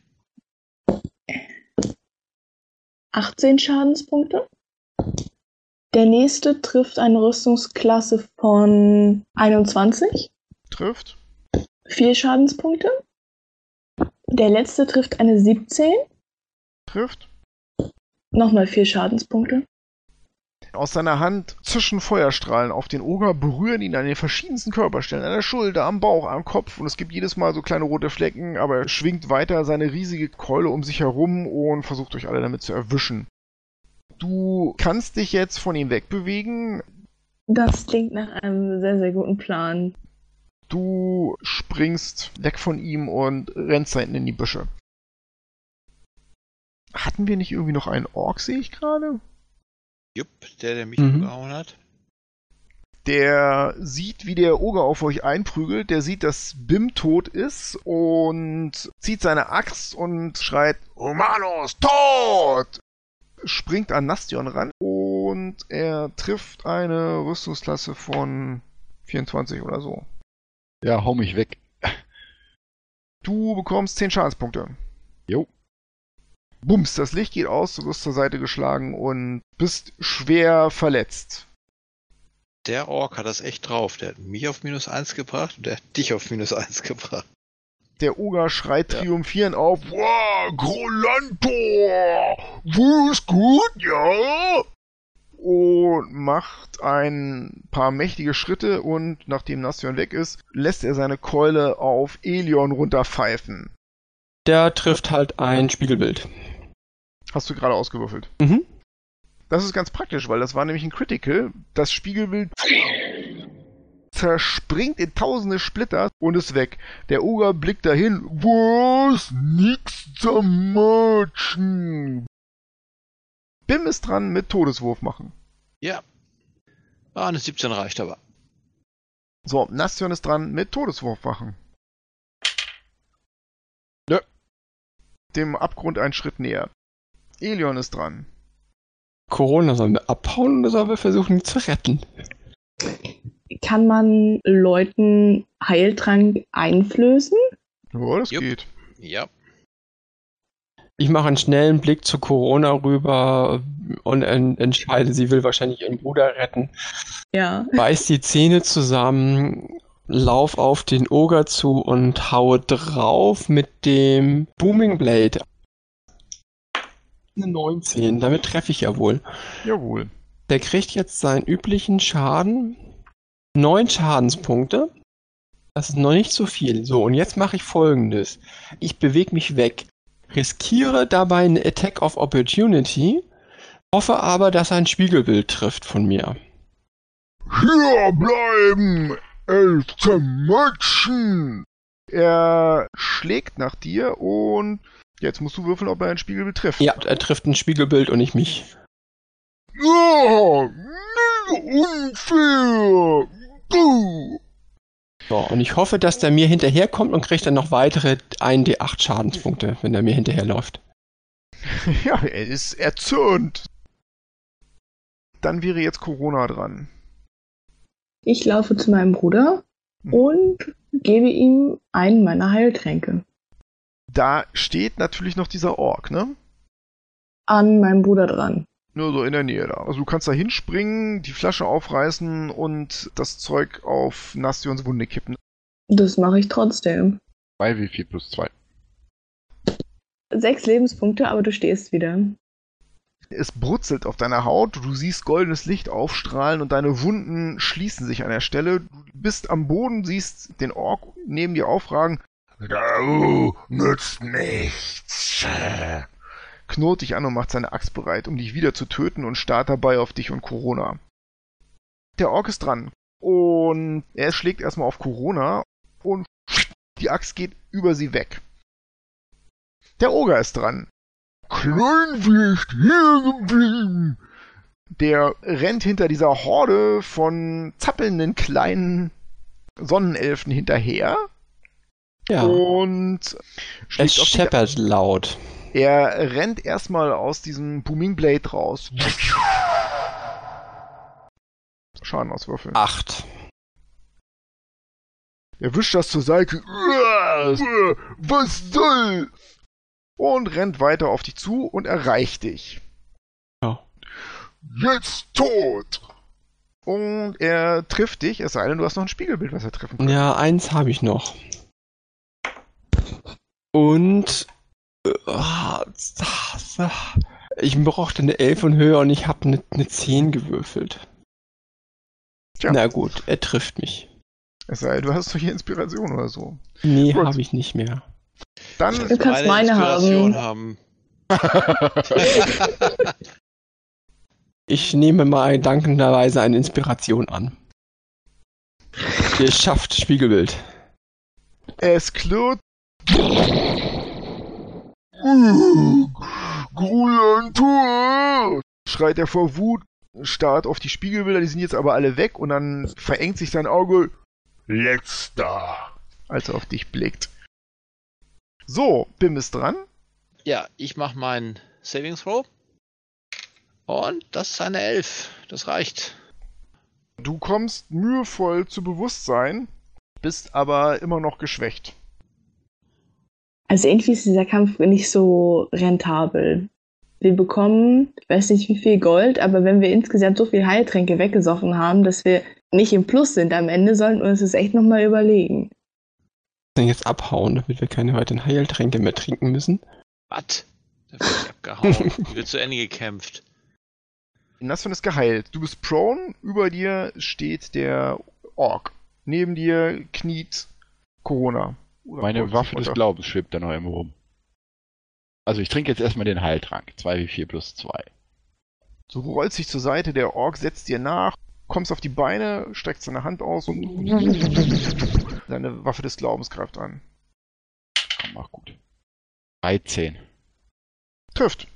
achtzehn Schadenspunkte. Der nächste trifft eine Rüstungsklasse von einundzwanzig. Trifft. vier Schadenspunkte. Der letzte trifft eine siebzehn. Trifft. Nochmal vier Schadenspunkte. Aus seiner Hand zischen Feuerstrahlen auf den Oger, berühren ihn an den verschiedensten Körperstellen, an der Schulter, am Bauch, am Kopf und es gibt jedes Mal so kleine rote Flecken, aber er schwingt weiter seine riesige Keule um sich herum und versucht euch alle damit zu erwischen. Du kannst dich jetzt von ihm wegbewegen, Das klingt nach einem sehr, sehr guten Plan. du springst weg von ihm und rennst da hinten in die Büsche. Hatten wir nicht irgendwie noch einen Ork, sehe ich gerade? Jupp, der, der mich Mhm. umgehauen hat. Der sieht, wie der Oger auf euch einprügelt, der sieht, dass Bim tot ist und zieht seine Axt und schreit Humanos, tot! springt an Nastion ran und er trifft eine Rüstungsklasse von vierundzwanzig oder so. Ja, hau mich weg. Du bekommst zehn Schadenspunkte. Jo. Bums, das Licht geht aus, du wirst zur Seite geschlagen und bist schwer verletzt. Der Ork hat das echt drauf. Der hat mich auf minus eins gebracht und der hat dich auf minus eins gebracht. Der Oger schreit Ja. triumphierend auf. Wow, Grolantor! Wo ist gut, ja? Und macht ein paar mächtige Schritte und nachdem Nastion weg ist, lässt er seine Keule auf Elion runterpfeifen. Der trifft halt ein Spiegelbild. Hast du gerade ausgewürfelt. Mhm. Das ist ganz praktisch, weil das war nämlich ein Critical. Das Spiegelbild zerspringt in tausende Splitter und ist weg. Der Oger blickt dahin. Was? Nix zermatschen! Bim ist dran mit Todeswurf machen. Ja. Ah, eine siebzehn reicht aber. So, Nastion ist dran mit Todeswurf machen. Nö. Dem Abgrund einen Schritt näher. Elion ist dran. Corona sollen wir abhauen oder sollen wir versuchen, ihn zu retten? Kann man Leuten Heiltrank einflößen? Ja, das Jupp. geht. Ja. Ich mache einen schnellen Blick zu Corona rüber und en entscheide, sie will wahrscheinlich ihren Bruder retten. Ja. Beiß die Zähne zusammen, lauf auf den Oger zu und haue drauf mit dem Booming Blade. Eine neunzehn, damit treffe ich ja wohl. Jawohl. Der kriegt jetzt seinen üblichen Schaden. Neun Schadenspunkte. Das ist noch nicht so viel. So, und jetzt mache ich Folgendes. Ich bewege mich weg, riskiere dabei eine Attack of Opportunity, hoffe aber, dass er ein Spiegelbild trifft von mir. Hier bleiben, elf zermatschen! Er schlägt nach dir und jetzt musst du würfeln, ob er ein Spiegelbild trifft. Ja, er trifft ein Spiegelbild und nicht mich. Ja, unfair! Du! So, und ich hoffe, dass der mir hinterherkommt und kriegt dann noch weitere eins D acht Schadenspunkte, wenn er mir hinterherläuft. Ja, er ist erzürnt. Dann wäre jetzt Corona dran. Ich laufe zu meinem Bruder und gebe ihm einen meiner Heiltränke. Da steht natürlich noch dieser Ork, ne? An meinem Bruder dran. Nur so in der Nähe da. Also du kannst da hinspringen, die Flasche aufreißen und das Zeug auf Nastions Wunde kippen. Das mache ich trotzdem. zwei W vier plus zwei. Sechs Lebenspunkte, aber du stehst wieder. Es brutzelt auf deiner Haut, du siehst goldenes Licht aufstrahlen und deine Wunden schließen sich an der Stelle. Du bist am Boden, siehst den Ork neben dir aufragen. Du nützt nichts. Knurrt dich an und macht seine Axt bereit, um dich wieder zu töten und starrt dabei auf dich und Corona. Der Ork ist dran und er schlägt erstmal auf Corona und die Axt geht über sie weg. Der Oger ist dran. Kleinwicht hier geblieben. Der rennt hinter dieser Horde von zappelnden kleinen Sonnenelfen hinterher. Ja. Und Es schlägt auf die... scheppert laut. Er rennt erstmal aus diesem Booming Blade raus. Schaden auswürfeln. Acht. Er wischt das zur Seite. Was soll? Und rennt weiter auf dich zu und erreicht dich. Ja. Jetzt tot. Und er trifft dich, es sei denn, du hast noch ein Spiegelbild, was er treffen kann. Ja, eins habe ich noch. Und äh, ich brauchte eine elf und höher und ich habe eine, eine zehn gewürfelt. Tja. Na gut, er trifft mich. Es sei denn, du hast doch hier Inspiration oder so. Nee, Gut. habe ich nicht mehr. Dann Du kannst meine Inspiration haben. haben. Ich nehme mal dankenderweise eine Inspiration an. Ihr schafft Spiegelbild. es klirrt. Grulantur. Schreit er vor Wut, starrt auf die Spiegelbilder, die sind jetzt aber alle weg und dann verengt sich sein Auge, Letzter. als er auf dich blickt. So, Bim ist dran. Ja, ich mache meinen Saving Throw. Und das ist eine elf. Das reicht. Du kommst mühevoll zu Bewusstsein, bist aber immer noch geschwächt. Also irgendwie ist dieser Kampf nicht so rentabel. Wir bekommen, ich weiß nicht wie viel Gold, aber wenn wir insgesamt so viel Heiltränke weggesoffen haben, dass wir nicht im Plus sind am Ende, sollten wir uns das echt nochmal überlegen. Wir müssen jetzt abhauen, damit wir keine weiteren Heiltränke mehr trinken müssen. Was? Da wird ich abgehauen. Wird zu Ende gekämpft. Nasvion ist geheilt. Du bist prone, über dir steht der Ork. Neben dir kniet Corona. Oder Meine Corona. Waffe des Glaubens schwebt da noch immer rum. Also ich trinke jetzt erstmal den Heiltrank. zwei W vier plus zwei. Du rollst dich zur Seite, der Ork setzt dir nach, kommst auf die Beine, streckst deine Hand aus und deine Waffe des Glaubens greift an. Komm, mach gut. dreizehn. Trifft.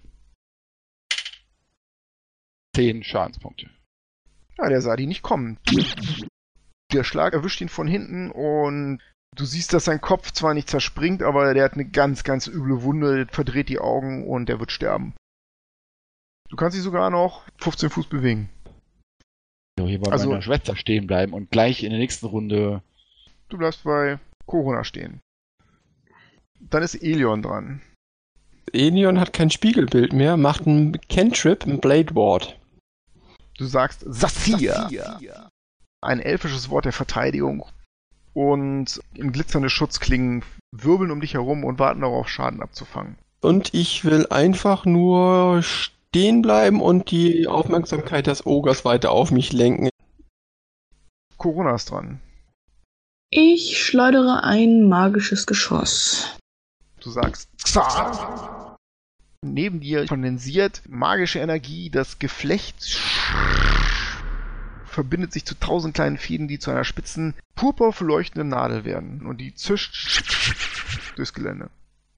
zehn Schadenspunkte. Ja, der sah die nicht kommen. Der Schlag erwischt ihn von hinten und du siehst, dass sein Kopf zwar nicht zerspringt, aber der hat eine ganz, ganz üble Wunde, verdreht die Augen und der wird sterben. Du kannst dich sogar noch fünfzehn Fuß bewegen. So, hier bei Also- meiner Schwester stehen bleiben und gleich in der nächsten Runde. Du bleibst bei Corona stehen. Dann ist Elion dran. Elion hat kein Spiegelbild mehr, macht einen Cantrip, einen Blade Ward. Du sagst Saphir. Ein elfisches Wort der Verteidigung. Und glitzernde Schutzklingen wirbeln um dich herum und warten darauf, Schaden abzufangen. Und ich will einfach nur stehen bleiben und die Aufmerksamkeit des Ogers weiter auf mich lenken. Corona ist dran. Ich schleudere ein magisches Geschoss. Du sagst Zah! Neben dir kondensiert magische Energie, das Geflecht verbindet sich zu tausend kleinen Fäden, die zu einer spitzen, purpur verleuchtenden Nadel werden. Und die zischt durchs Gelände.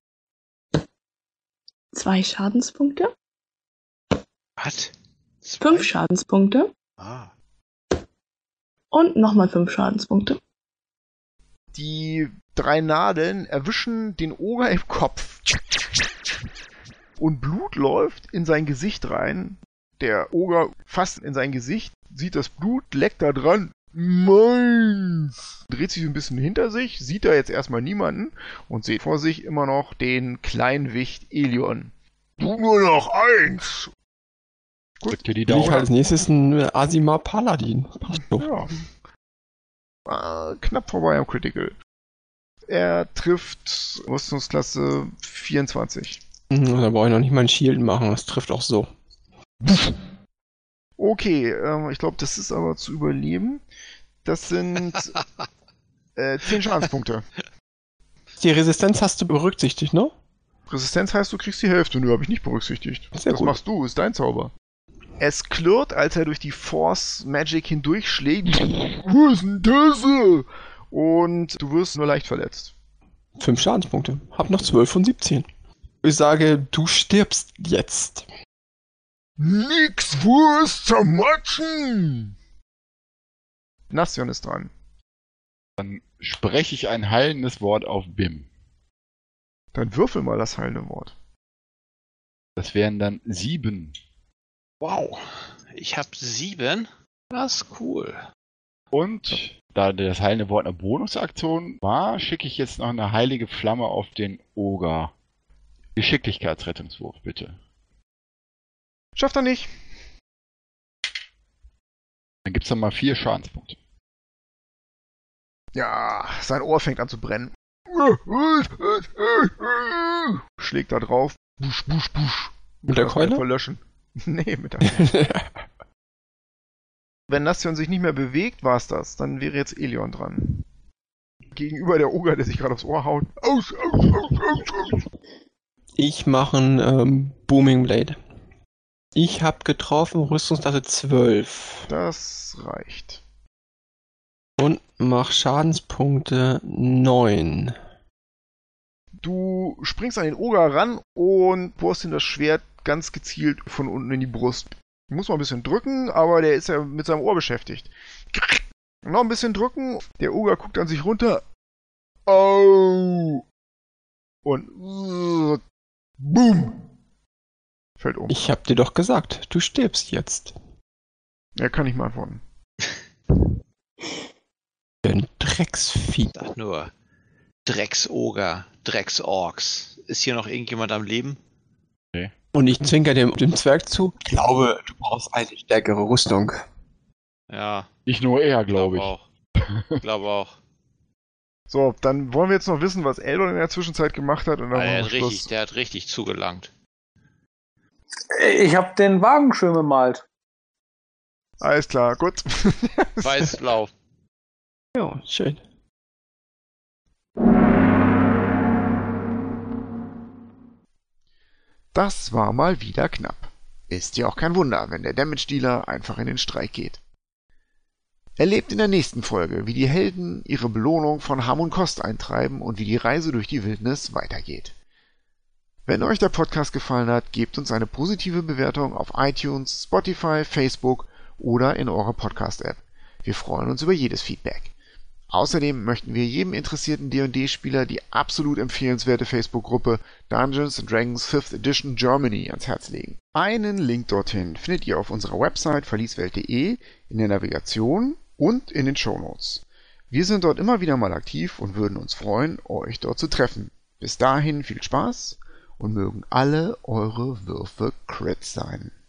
Zwei Schadenspunkte. Was? Zwei? Fünf Schadenspunkte. Ah. Und nochmal fünf Schadenspunkte. Die drei Nadeln erwischen den Oger im Kopf. Und Blut läuft in sein Gesicht rein. Der Oger fasst in sein Gesicht, sieht das Blut, leckt da dran. Meins! Dreht sich ein bisschen hinter sich, sieht da jetzt erstmal niemanden und sieht vor sich immer noch den kleinen Wicht Elion. Du nur noch eins! Drück dir die Will ich Daumen. halt als nächstes ein Asimar Paladin. Passt doch. Ja. Ah, knapp vorbei am Critical. Er trifft Rüstungsklasse vierundzwanzig. Mhm, da brauche ich noch nicht mal ein Shield machen, das trifft auch so. Okay, ähm, ich glaube, das ist aber zu überleben. Das sind äh, zehn Schadenspunkte. Die Resistenz hast du berücksichtigt, ne? Resistenz heißt, du kriegst die Hälfte. Nö, habe ich nicht berücksichtigt. Sehr das gut. machst du, ist dein Zauber. Es klirrt, als er durch die Force Magic hindurchschlägt. Wo ist denn das? Und du wirst nur leicht verletzt. Fünf Schadenspunkte. Hab noch zwölf von siebzehn. Ich sage, du stirbst jetzt. Nix Wurst zermatschen! Nastion ist dran. Dann spreche ich ein heilendes Wort auf Bim. Dann würfel mal das heilende Wort. Das wären dann sieben. Wow. Ich habe sieben. Das ist cool. Und da das heilende Wort eine Bonusaktion war, schicke ich jetzt noch eine heilige Flamme auf den Oger. Geschicklichkeitsrettungswurf, bitte. Schafft er nicht. Dann gibt's noch mal vier Schadenspunkte. Ja, sein Ohr fängt an zu brennen. Schlägt da drauf. Busch, busch, busch. Mit der Kann das Keule? einfach löschen. Nee, mit der Wenn Nastion sich nicht mehr bewegt, war's das. Dann wäre jetzt Elion dran. Gegenüber der Oger, der sich gerade aufs Ohr haut. Aus, aus, aus, aus, aus. Ich mache einen ähm, Booming Blade. Ich habe getroffen, Rüstungsklasse zwölf. Das reicht. Und mach Schadenspunkte neun. Du springst an den Oger ran und bohrst ihm das Schwert ganz gezielt von unten in die Brust. Du musst mal ein bisschen drücken, aber der ist ja mit seinem Ohr beschäftigt. Noch ein bisschen drücken. Der Oger guckt an sich runter. Au! Und uh, boom! Fällt um. Ich hab dir doch gesagt, du stirbst jetzt. Er kann nicht mal antworten. Ein Drecksvieh. Sag nur. Drecksoger, Drecksorks. Ist hier noch irgendjemand am Leben? Und ich zwinker dem, dem Zwerg zu. Ich glaube, du brauchst eine stärkere Rüstung. Ja. Nicht nur er, glaube ich. Auch. Ich glaube auch. So, dann wollen wir jetzt noch wissen, was Eldon in der Zwischenzeit gemacht hat. Und dann Ah, der, machen hat wir richtig, Schluss. der hat richtig zugelangt. Ich habe den Wagen schön bemalt. Alles klar, gut. Weiß-blau. Ja, schön. Das war mal wieder knapp. Ist ja auch kein Wunder, wenn der Damage-Dealer einfach in den Streik geht. Erlebt in der nächsten Folge, wie die Helden ihre Belohnung von Ham und Kost eintreiben und wie die Reise durch die Wildnis weitergeht. Wenn euch der Podcast gefallen hat, gebt uns eine positive Bewertung auf iTunes, Spotify, Facebook oder in eurer Podcast-App. Wir freuen uns über jedes Feedback. Außerdem möchten wir jedem interessierten D und D-Spieler die absolut empfehlenswerte Facebook-Gruppe Dungeons and Dragons fifth Edition Germany ans Herz legen. Einen Link dorthin findet ihr auf unserer Website verlieswelt punkt de, in der Navigation und in den Shownotes. Wir sind dort immer wieder mal aktiv und würden uns freuen, euch dort zu treffen. Bis dahin viel Spaß und mögen alle eure Würfe Crits sein.